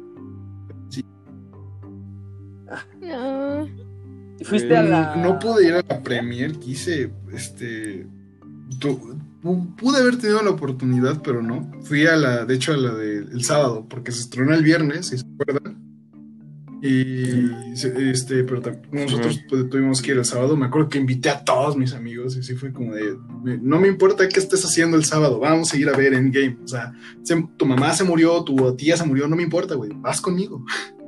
No. Y fuiste a la. Mm, No pude ir a la premier, quise, este, tu- pu- pude haber tenido la oportunidad, pero no. Fui a la, de hecho, a la del sábado, porque se estrenó el viernes, si se acuerdan. Y, se- este, pero tam- nosotros pues, tuvimos que ir el sábado. Me acuerdo que invité a todos mis amigos y así fue como de, me- no me importa qué estés haciendo el sábado, vamos a ir a ver Endgame. O sea, se- tu mamá se murió, tu tía se murió, no me importa, güey, vas conmigo.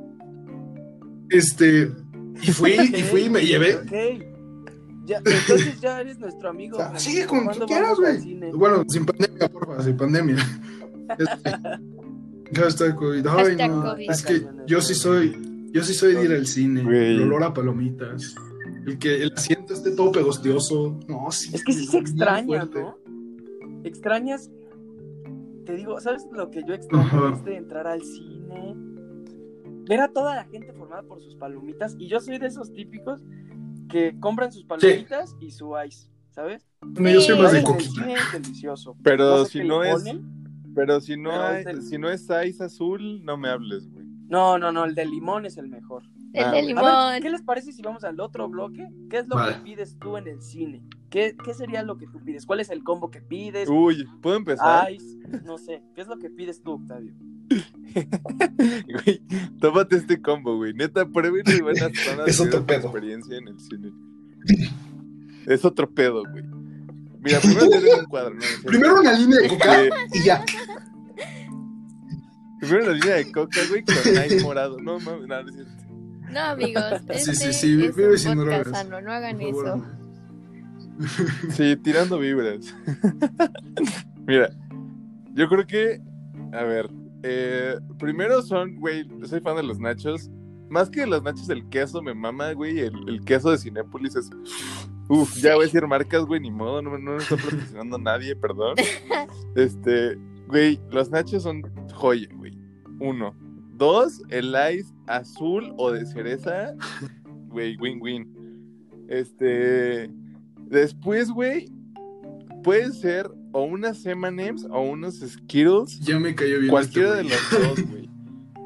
Este, y fui, y fui y me llevé. Ok. Ya, entonces ya eres nuestro amigo. O sea, Francisco. sigue con ¿Cuándo quien quieras, vamos al güey. cine? Bueno, sin pandemia, porfa, sin pandemia. Este, hashtag COVID. Ay, Hashtag no. COVID. Es que yo sí soy, yo sí soy de ir al cine. Güey. El olor a palomitas. El que el asiento esté todo pegostioso. No, sí. Es que sí se bien extraña, fuerte. ¿no? Extrañas. Te digo, ¿sabes lo que yo extraño? Ajá. Es de entrar al cine, ver a toda la gente formada por sus palomitas. Y yo soy de esos típicos que compran sus palomitas y su ice, ¿sabes? Bueno, yo soy Sí. más de En el coquita. cine es delicioso. Pero No sé si qué no le es, ponen. pero si no Pero hay, es del- si no es ice azul, no me hables, güey. No, no, no, el de limón es el mejor. El Ah, de güey. A ver, limón. ¿qué les parece si vamos al otro bloque? ¿Qué es lo Vale. que pides tú en el cine? ¿qué, ¿qué sería lo que tú pides? ¿Cuál es el combo que pides? Uy, ¿puedo empezar? Ice, no sé. ¿Qué es lo que pides tú, Octavio? Güey, tómate este combo, güey. Neta, prueben y van a, van a Es tener otro otra pedo. experiencia en el cine. Es otro pedo, güey. Mira, primero te den un cuadro, ¿no? Es cierto. Primero una línea de coca Este, y ya. primero la línea de coca, güey, con ice morado. No, mames, no, no es cierto. No, amigos, Sí, este sí, sí, es vive un sin podcast drogas. sano, no hagan Por favor. eso. Sí, tirando vibras. Mira, yo creo que, a ver, eh, primero son, güey, soy fan de los nachos. Más que de los nachos, el queso me mama, güey. El, el queso de Cinépolis es. Uf, ya voy a decir marcas, güey, ni modo, no, no me está patrocinando nadie, perdón. Este, güey, los nachos son joya, güey. Uno. Dos, el ice azul o de cereza, güey, win-win. Este, después, güey, puede ser o unas eme and eme's o unos Skittles. Ya me cayó bien. Cualquiera este de güey. los dos, güey.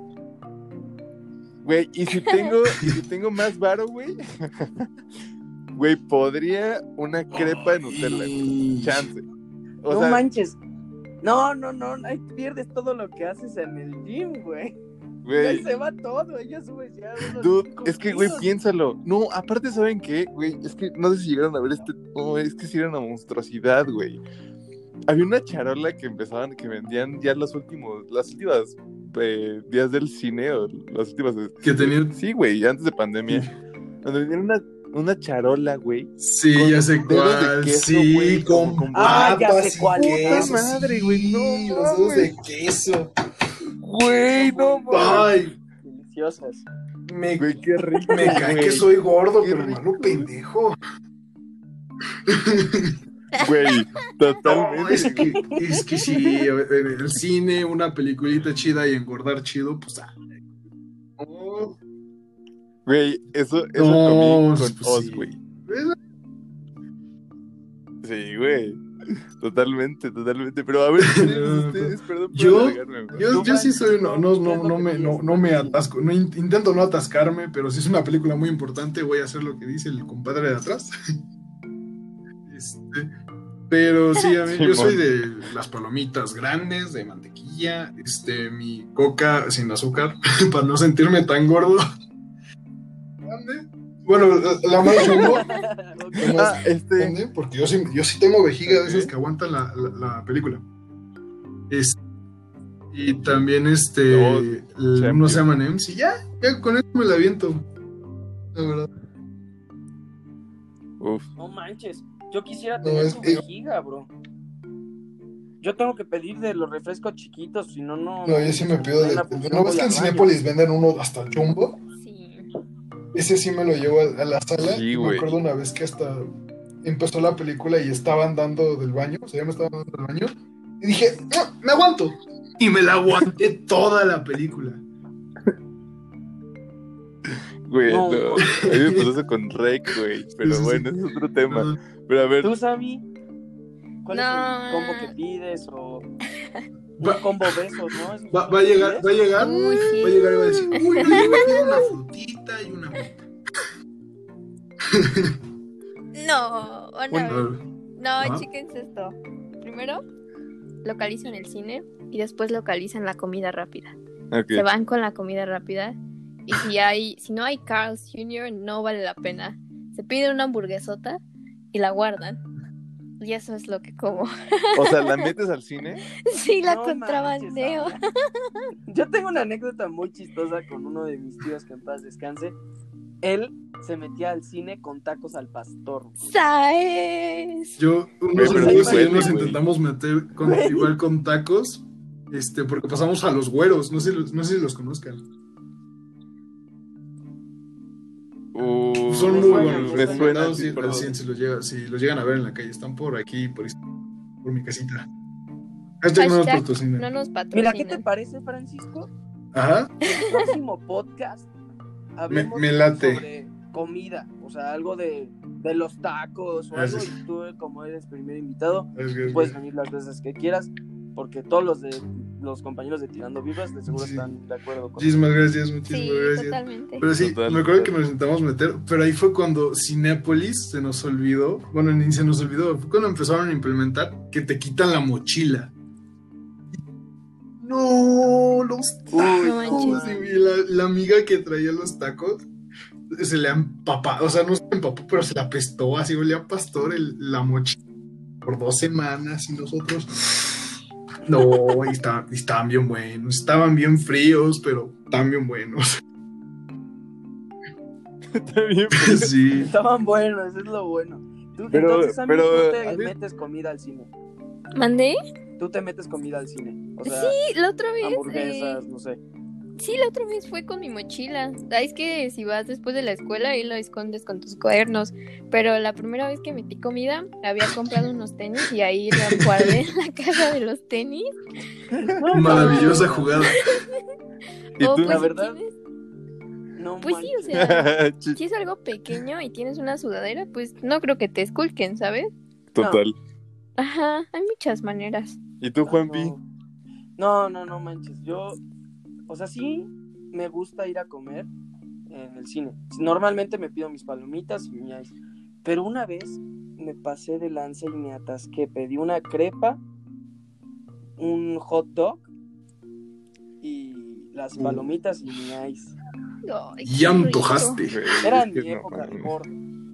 Güey, y si tengo, y si tengo más varo, güey, güey, podría una crepa de Nutella, güey. Chance. O no sea, manches. No, no, no, ahí pierdes todo lo que haces en el gym, güey. Ahí güey, se va todo, ella sube ya unos dude, cinco es que, güey, kilos. piénsalo. No, aparte, ¿saben qué? Güey, es que no sé si llegaron a ver este. No, es que sí era una monstruosidad, güey. Había una charola que empezaban, que vendían ya los últimos, las últimas eh, días del cine, o las últimas. Que tenían- Sí, güey, antes de pandemia. Donde vendían una, una charola, güey. Sí, Con ya sé dedos de cuál. queso, Sí, güey, con como con- Ah, ya papas sé y cuál es. queso. Puta madre, güey, sí, no los dedos de mames. queso. Güey, no mames. Ay, Deliciosas. me, Güey, qué rico, me cae güey. que soy gordo, Qué pero rico. malo pendejo. Güey, No, totalmente. es que, es que sí, a ver, en el cine, una peliculita chida y engordar chido, pues ah. No, Güey, eso, eso No, comí pues, con pues, Oz, sí. güey. Sí, güey. Totalmente, totalmente. Pero a ver, ustedes, ustedes, perdón por Yo- alargarme, güey. Yo, yo sí soy, no, no, ¿Qué es no, lo no que me, pides no, en no el me cine? atasco, no, in- intento no atascarme, pero si es una película muy importante, voy a hacer lo que dice el compadre de atrás. Este, pero sí, a mí, yo Simón. soy de las palomitas grandes, de mantequilla, este, mi coca sin azúcar, para no sentirme tan gordo. Grande. Bueno, la, la más jumbo, la más Ah, este. grande, porque yo sí, yo sí tengo vejiga de esas Ok. que aguantan la, la, la película. Es- y también este Oh, el- champion. unos eme and eme's y ya, ya con eso me la aviento. La verdad. Uf. No manches. Yo quisiera No, tener es tu que- vejiga, bro. Yo tengo que pedir de los refrescos chiquitos, si no, no. No, yo sí me pido de, plena de- función ¿no ves voy que en al baño. Cinépolis venden uno hasta el jumbo? Sí. Ese sí me lo llevo a, a la sala. Sí, y me güey. acuerdo una vez que hasta empezó la película y estaban dando del baño, o sea, ya me estaban dando del baño. Y dije, no, me aguanto. Y me la aguanté toda la película. Güey, No, no. A mí me pasó eso con Rec, güey. Pero Sí, sí, bueno, sí. ese es otro tema. No, Pero a ver, ¿Tú, Sabi? ¿Cuál es No. el combo que pides? O Va- un combo besos, ¿no? ¿Es Va, va a llegar, va a llegar, Uy, sí. va a llegar y va a decir, uy, yo me pido una frutita y una mota. No, van a ver. Bueno, No, Ajá. chéquense esto. Primero, localizan el cine y después localizan la comida rápida. ok. Se van con la comida rápida y si hay, si no hay Carl's junior no vale la pena. Se piden una hamburguesota y la guardan. Y eso es lo que como. O sea, ¿la metes al cine? Sí, la No contrabandeo. manches, Ana. Yo tengo una anécdota muy chistosa con uno de mis tíos que en paz descanse. Él se metía al cine con tacos al pastor. ¿Sabes? yo, Güey, unos pero amigos sí ahí huele, nos güey. intentamos meter con, Güey. igual con tacos, este, porque pasamos a los güeros, no sé, si los- no sé si los conozcan. Uh, Son me muy suena, buenos, me me suena. suena, recomendados sí, cien por perdón. ciento si los, llega, si los llegan a ver en la calle, están por aquí, por, por mi casita. Hashtag no nos Hashtag patrocina. no nos Mira, patrocinan. ¿qué te parece, Francisco? Ajá, El próximo podcast hablemos Me- me late. sobre comida, o sea, algo de, de los tacos o Ah, algo, sí, sí. y tú, como eres primer invitado, es que- puedes venir las veces que quieras, porque todos los de los compañeros de Tirando Vibras de seguro Sí. están de acuerdo con Muchísimas gracias, muchísimas Sí, gracias. totalmente. Pero sí, Total, me acuerdo total. que nos intentamos meter, pero ahí fue cuando Cinépolis se nos olvidó, bueno, ni se nos olvidó, fue cuando empezaron a implementar que te quitan la mochila. No, los Uy, no tacos, manches. y la, la amiga que traía los tacos se le empapó, o sea, no se empapó, pero se la apestó, así olía a pastor el- la mochila por dos semanas y nosotros... No, y estaban, y estaban bien buenos, estaban bien fríos, pero estaban bien buenos. Está bien, pero- Sí. Estaban buenos, eso es lo bueno. Tú, Pero- entonces, Ami, pero, tú a te ver. metes comida al cine. ¿Mandé? Tú te metes comida al cine. O sea, Sí, la otra vez. hamburguesas, eh, no sé. Sí, la otra vez fue con mi mochila. Ah, es que si vas después de la escuela, ahí lo escondes con tus cuadernos. Pero la primera vez que metí comida, había comprado unos tenis y ahí lo guardé en la caja de los tenis. Maravillosa jugada. ¿Y O tú? pues La si verdad, tienes, No pues sí, o manches. sea, Ch- si es algo pequeño y tienes una sudadera, pues no creo que te esculquen, ¿sabes? Total. Ajá, hay muchas maneras. ¿Y tú, Juanpi? No, no, no manches. Yo, o sea, sí me gusta ir a comer en el cine. Normalmente me pido mis palomitas y mi ice. Pero una vez me pasé de lanza y me atasqué. Pedí una crepa, un hot dog y las Uh. palomitas y mi ice. Ay, Y qué antojaste. Güey, Era es que mi no época de mames. gordo.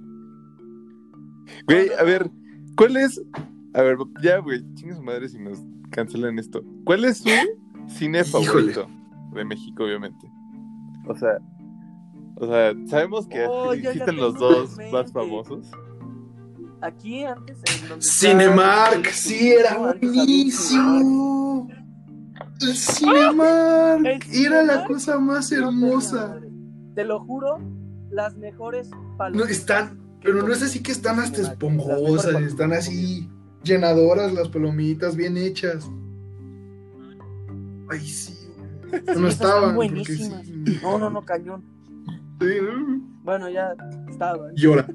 Güey, No, no, a ver, no. ¿cuál es? A ver, ya, güey, chingue su madre si nos cancelan esto. ¿Cuál es su cine Híjole. favorito de México, obviamente? O sea, o sea, sabemos que Oh, ya, ya existen tengo los dos uno en más mente. famosos. Aquí antes en donde Cinemark, está- sí, era antes había un Cinemark. buenísimo. El Cinemark El era la Cinemark, cosa más no tenía hermosa. madre. Te lo juro, las mejores No, palomitas. están, que pero no comí es así que están en hasta Cinemark. Las mejores esponjosas, palomitas están que así llenadoras las palomitas, bien hechas. Ay, sí. comí. Sí, No esas estaban, están porque buenísimas. sí. No, no, no, cañón. Sí, ¿no? Bueno, ya estaban. Llora.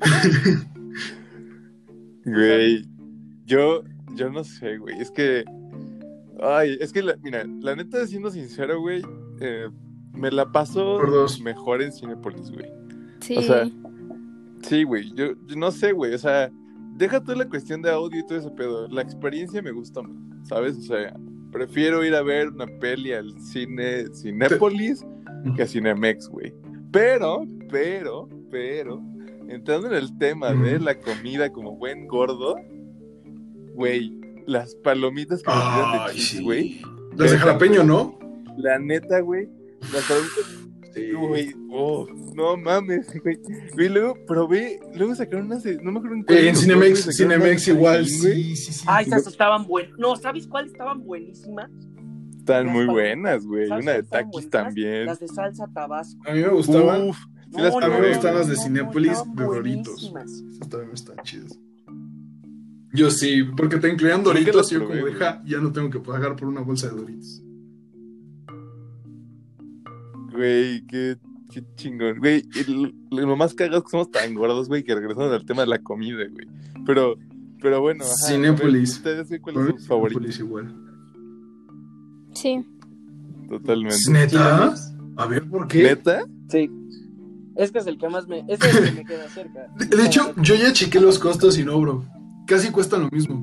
Güey, yo, yo no sé, güey, es que, ay, es que, la, mira, la neta, siendo sincero, güey, eh, me la paso Por dos. mejor en Cinépolis, güey. Sí. O sea, sí, güey, yo, yo no sé, güey, o sea, deja toda la cuestión de audio y todo ese pedo, la experiencia me gusta más, ¿sabes? O sea, prefiero ir a ver una peli al cine Cinépolis que a Cinemex, güey. Pero, pero, pero, entrando en el tema de Ujú. la comida como buen gordo, güey, las palomitas que me pidan de Ay, chips, sí. güey, Las de jalapeño, ¿no? la neta, güey, las palomitas, Sí. güey, oh, no mames, güey. Güey, luego probé, luego sacaron unas, de- no me acuerdo en cuál. Eh, de en los Cinemex, dos, güey, sacaron Cinemex unas de igual, tajín, güey. sí, sí, sí. Ah, esas estaban buenas. No, ¿sabes cuáles estaban buenísimas? Están Las muy palomitas, buenas, güey. ¿sabes Una de cuáles estaban taquis buenísimas? también. Las de salsa tabasco. A mí me gustaban. Uf, sí las No, a mí no, me probé, gustan no, güey. las de no, Cinépolis estaban de Doritos. buenísimas. Esas también están chidas. Yo sí, porque te incluían Nunca Doritos las y yo probé, como de, güey. ja, ya no tengo que pagar por una bolsa de Doritos. Güey, qué, qué chingón. Güey, y lo, lo más cagado es que somos tan gordos, güey, que regresamos al tema de la comida, güey. Pero, pero bueno, ajá. a ver, Cinépolis. ¿ustedes, güey, cuál Para es mí, su favorito? Cinépolis igual. Sí. Totalmente. ¿Neta? Cinemex. A ver, ¿por qué? ¿Neta? Sí. Es que es el que más me. Ese es el que me queda cerca. De, de hecho, yo ya chequé los costos y no, bro. Casi cuestan lo mismo.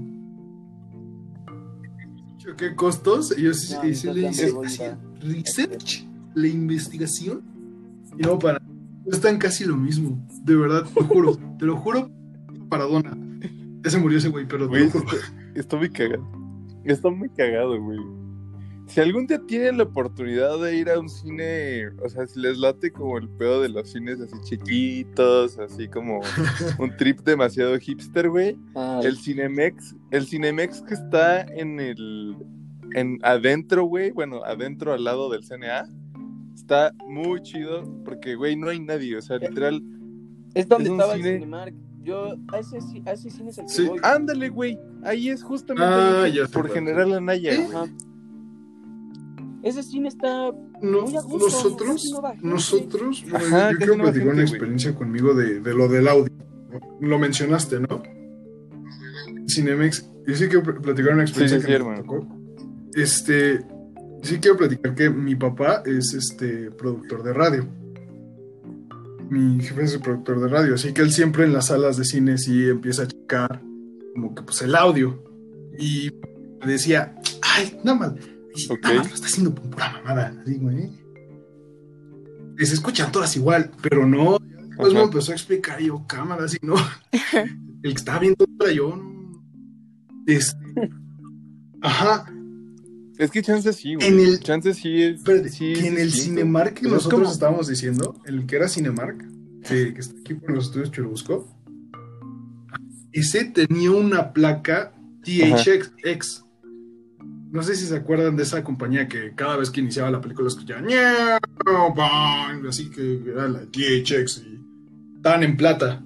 Chequé costos y yo sí, No, y sí yo le también hice voy a así, ir a- research, la investigación. Y no, para. Cuestan casi lo mismo. De verdad, te lo juro. Te lo juro. Paradona. Ya se murió ese güey, pero te Güey, lo juro. está, está muy cagado. Está muy cagado, güey. Si algún día tienen la oportunidad de ir a un cine, o sea, si les late como el pedo de los cines así chiquitos, así como un trip demasiado hipster, güey, Ah, el Cinemex, el Cinemex que está en el, en adentro, güey, bueno, adentro al lado del C N A, está muy chido porque, güey, no hay nadie, o sea, literal, es donde es un estaba cine- el Cinemark. Yo, a ese, ci- a ese cine es el que Sí. voy. ándale, güey, ahí es justamente Ah, ahí, ya sé por cuál. General Anaya, ¿Eh? güey. Ajá. Ese cine está. No, Muy a gusto, nosotros, casi no va gente. nosotros, bueno, Ajá, yo casi quiero no va platicar una gente, güey. experiencia conmigo de, de lo del audio. Lo mencionaste, ¿no? Cinemex. Yo sí quiero pl- platicar una experiencia Sí, sí, que sí, me hermano. tocó. Este, sí quiero platicar que mi papá es este productor de radio. Mi jefe es el productor de radio, así que él siempre en las salas de cine sí empieza a checar como que pues el audio. Y me decía, ay, nada más, Ok. nada más lo está haciendo por pura mamada. Así, güey. Y se escuchan todas igual, pero no. Después Ajá. me empezó a explicar y yo, cámara, así no. El que estaba viendo era yo. No. Este, ajá. Es que chance sí, güey. En el- Chance sí es. Espérate, sí es que en el distinto. Cinemark que O sea, es nosotros como- estábamos diciendo, el que era Cinemark, que, que está aquí por los estudios Churubusco, ese tenía una placa T H X. No sé si se acuerdan de esa compañía que cada vez que iniciaba la película escuchaba "Ñau, bang", así que era la T H X y estaban en plata.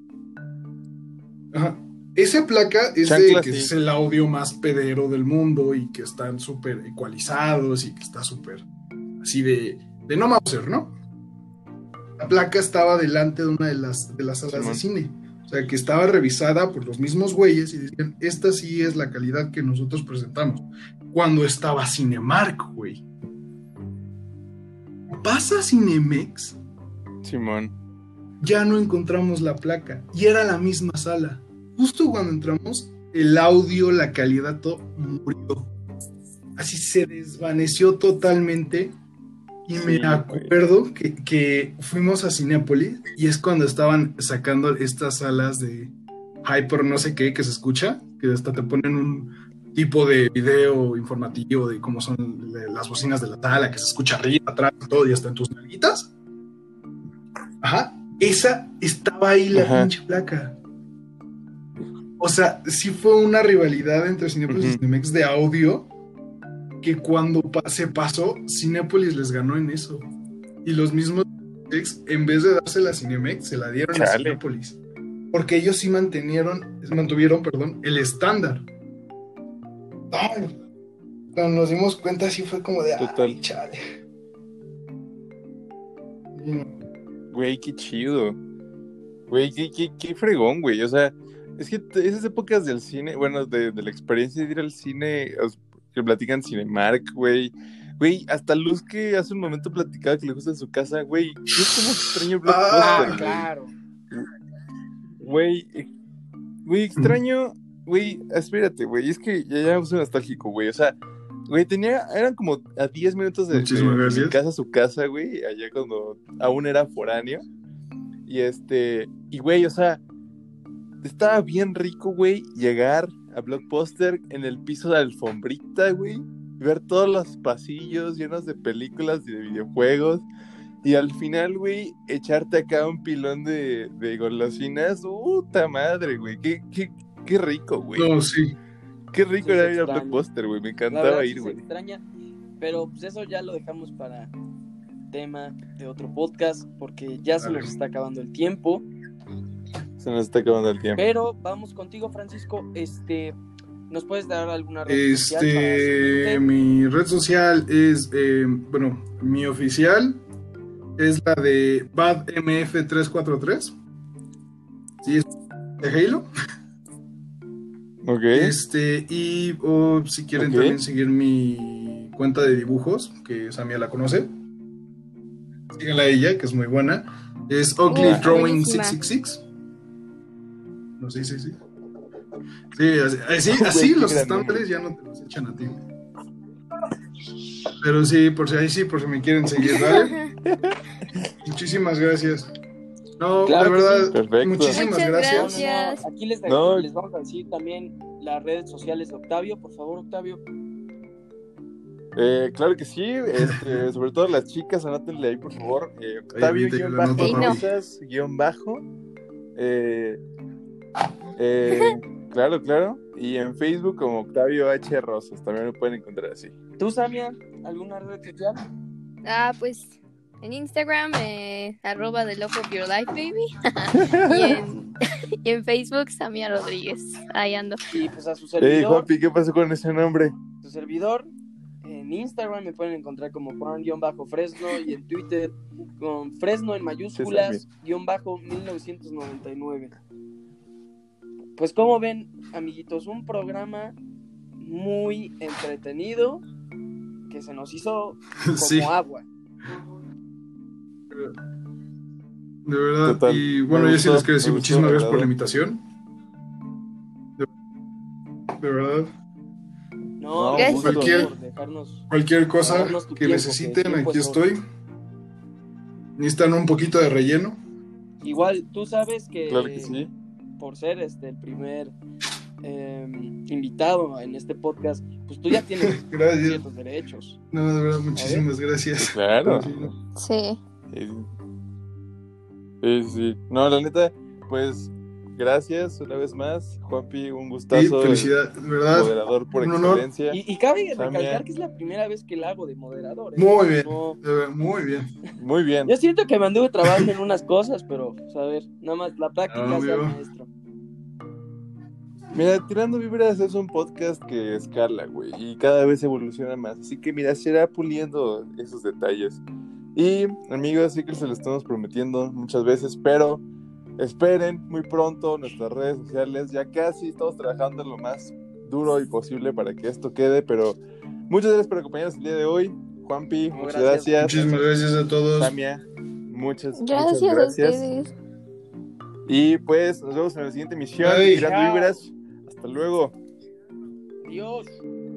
Ajá. Esa placa es Chancla, de que sí. es el audio más pedero del mundo y que están súper ecualizados y que está súper así de, de no Mauser, ¿no? La placa estaba delante de una de las, de las salas Simón. de cine. O sea, que estaba revisada por los mismos güeyes y decían, esta sí es la calidad que nosotros presentamos. Cuando estaba Cinemark, güey. Pasa Cinemex, Simón. ya no encontramos la placa. Y era la misma sala. Justo cuando entramos, el audio, la calidad, todo murió. Así se desvaneció totalmente. Y me Sí, acuerdo que, que fuimos a Cinépolis y es cuando estaban sacando estas salas de Hyper no sé qué que se escucha, que hasta te ponen un tipo de video informativo de cómo son las bocinas de la sala, que se escucha arriba, atrás, todo, y hasta en tus nalguitas. Ajá, esa estaba ahí la Ajá. pinche placa. O sea, sí fue una rivalidad entre Cinépolis Ujú. y Cinemex de audio que cuando pa- se pasó, Cinépolis les ganó en eso. Y los mismos Cinemex, en vez de dársela a Cinemex, se la dieron a Chale. Cinépolis. Porque ellos sí mantenieron, mantuvieron, perdón, el estándar. Ay, cuando nos dimos cuenta, sí fue como de, Total. ay, chale. Y no, Güey, qué chido. Güey, qué, qué, qué fregón, güey. O sea, es que t- esas épocas del cine, bueno, de, de la experiencia de ir al cine, os- que platican Cinemark, güey. Güey, hasta Luz que hace un momento platicaba que le gusta en su casa, güey. Yo como extraño Blockbuster, Ah, güey. claro. Güey, eh, güey, extraño, güey, espérate, güey, es que ya, ya soy nostálgico, güey, o sea, güey, tenía, eran como a diez minutos de, de- Muchísimas de gracias. mi casa a su casa, güey, allá cuando aún era foráneo, y este, y güey, o sea, estaba bien rico, güey, llegar a Blockbuster en el piso de alfombrita, güey, ver todos los pasillos llenos de películas y de videojuegos. Y al final, güey, echarte acá un pilón de, de golosinas, puta madre, güey, qué, qué, qué rico, güey. no, sí. Qué rico Sí, era se ir a extraña. Blockbuster, güey, me La encantaba verdad ir, sí se güey. extraña, pero pues eso ya lo dejamos para tema de otro podcast porque ya se Vale. nos está acabando el tiempo. Se nos está acabando el tiempo. Pero vamos contigo, Francisco. Este, ¿nos puedes dar alguna red social para Este, seguirte? mi red social es, eh, bueno, mi oficial es la de Bad M F tres cuatro tres. Sí, es de Halo. Ok, Este, y o si quieren Ok. también seguir mi cuenta de dibujos, que Samia la conoce. Síganla a ella, que es muy buena. Es Ugly Uh, Drawing buenísima. seiscientos sesenta y seis. No, sí, sí, sí. Sí, así, así, Güey, así qué los gran estándares ya no te los echan a ti. Pero sí, por si ahí sí, por si me quieren seguir, ¿vale? Muchísimas gracias. No, Claro de que verdad, sí. Perfecto. muchísimas Muchas gracias. No, no, no. Gracias. Aquí les, No. les vamos a decir también las redes sociales de Octavio. Por favor, Octavio. Eh, claro que sí, este, sobre todo las chicas, anótenle ahí, por favor. Eh, Octavio, ahorita yo guión lo bajo, anoto, papi. Rosas, guión bajo. Eh, eh, claro, claro. Y en Facebook como Octavio H. Rosas, también lo pueden encontrar así. ¿Tú, Samia, alguna red social? Ah, pues en Instagram, eh, arroba the love of your life, baby. y, en, y en Facebook, Samia Rodríguez. Ahí ando. Y pues a su Hey, servidor, Juanpi, ¿qué pasó con ese nombre? su servidor. En Instagram me pueden encontrar como Juan-Fresno y en Twitter con Fresno en mayúsculas, guión bajo mil novecientos noventa y nueve. Pues como ven, amiguitos, un programa muy entretenido que se nos hizo como Sí, agua. de verdad. Total. Y bueno, Me yo sí gustó, les quiero decir me gustó, muchísimas me gracias por la agradó. invitación. De, de verdad. No, No, gracias a ti Cualquier- por dejarnos. Cualquier cosa darnos tu que tiempo, necesiten, que el tiempo aquí es oro. estoy. Necesitan un poquito de relleno. Igual, tú sabes que, Claro que sí. por ser este el primer eh, invitado en este podcast, pues tú ya tienes Gracias. ciertos derechos. No, de verdad, muchísimas gracias. Claro. Sí, no. Sí. Sí, sí, sí. No, la neta, pues gracias una vez más, Juanpi, un Sí, gustazo. felicidad, de el verdad. Moderador por Un honor. excelencia. Y, y cabe Samia. recalcar que es la primera vez que la hago de moderador. ¿eh? Muy bien, No- de verdad, muy bien. Muy bien. yo siento que me anduve trabajando en unas cosas, pero, pues, a ver, nada más la práctica Ah, hace al amigo. maestro. Mira, Tirando Vibras es un podcast que escala, güey, y cada vez evoluciona más. Así que, mira, se irá puliendo esos detalles. Y, amigos, sí que se lo estamos prometiendo muchas veces, pero esperen muy pronto nuestras redes sociales. Ya casi estamos trabajando lo más duro y posible para que esto quede, pero muchas gracias por acompañarnos el día de hoy. Juanpi, No, muchas gracias. gracias. Muchísimas gracias a todos. Samia, muchas, muchas Gracias a gracias. ustedes. Y pues nos vemos en la siguiente emisión Bye. de Tirando Chao. Vibras. Hasta luego. Adiós.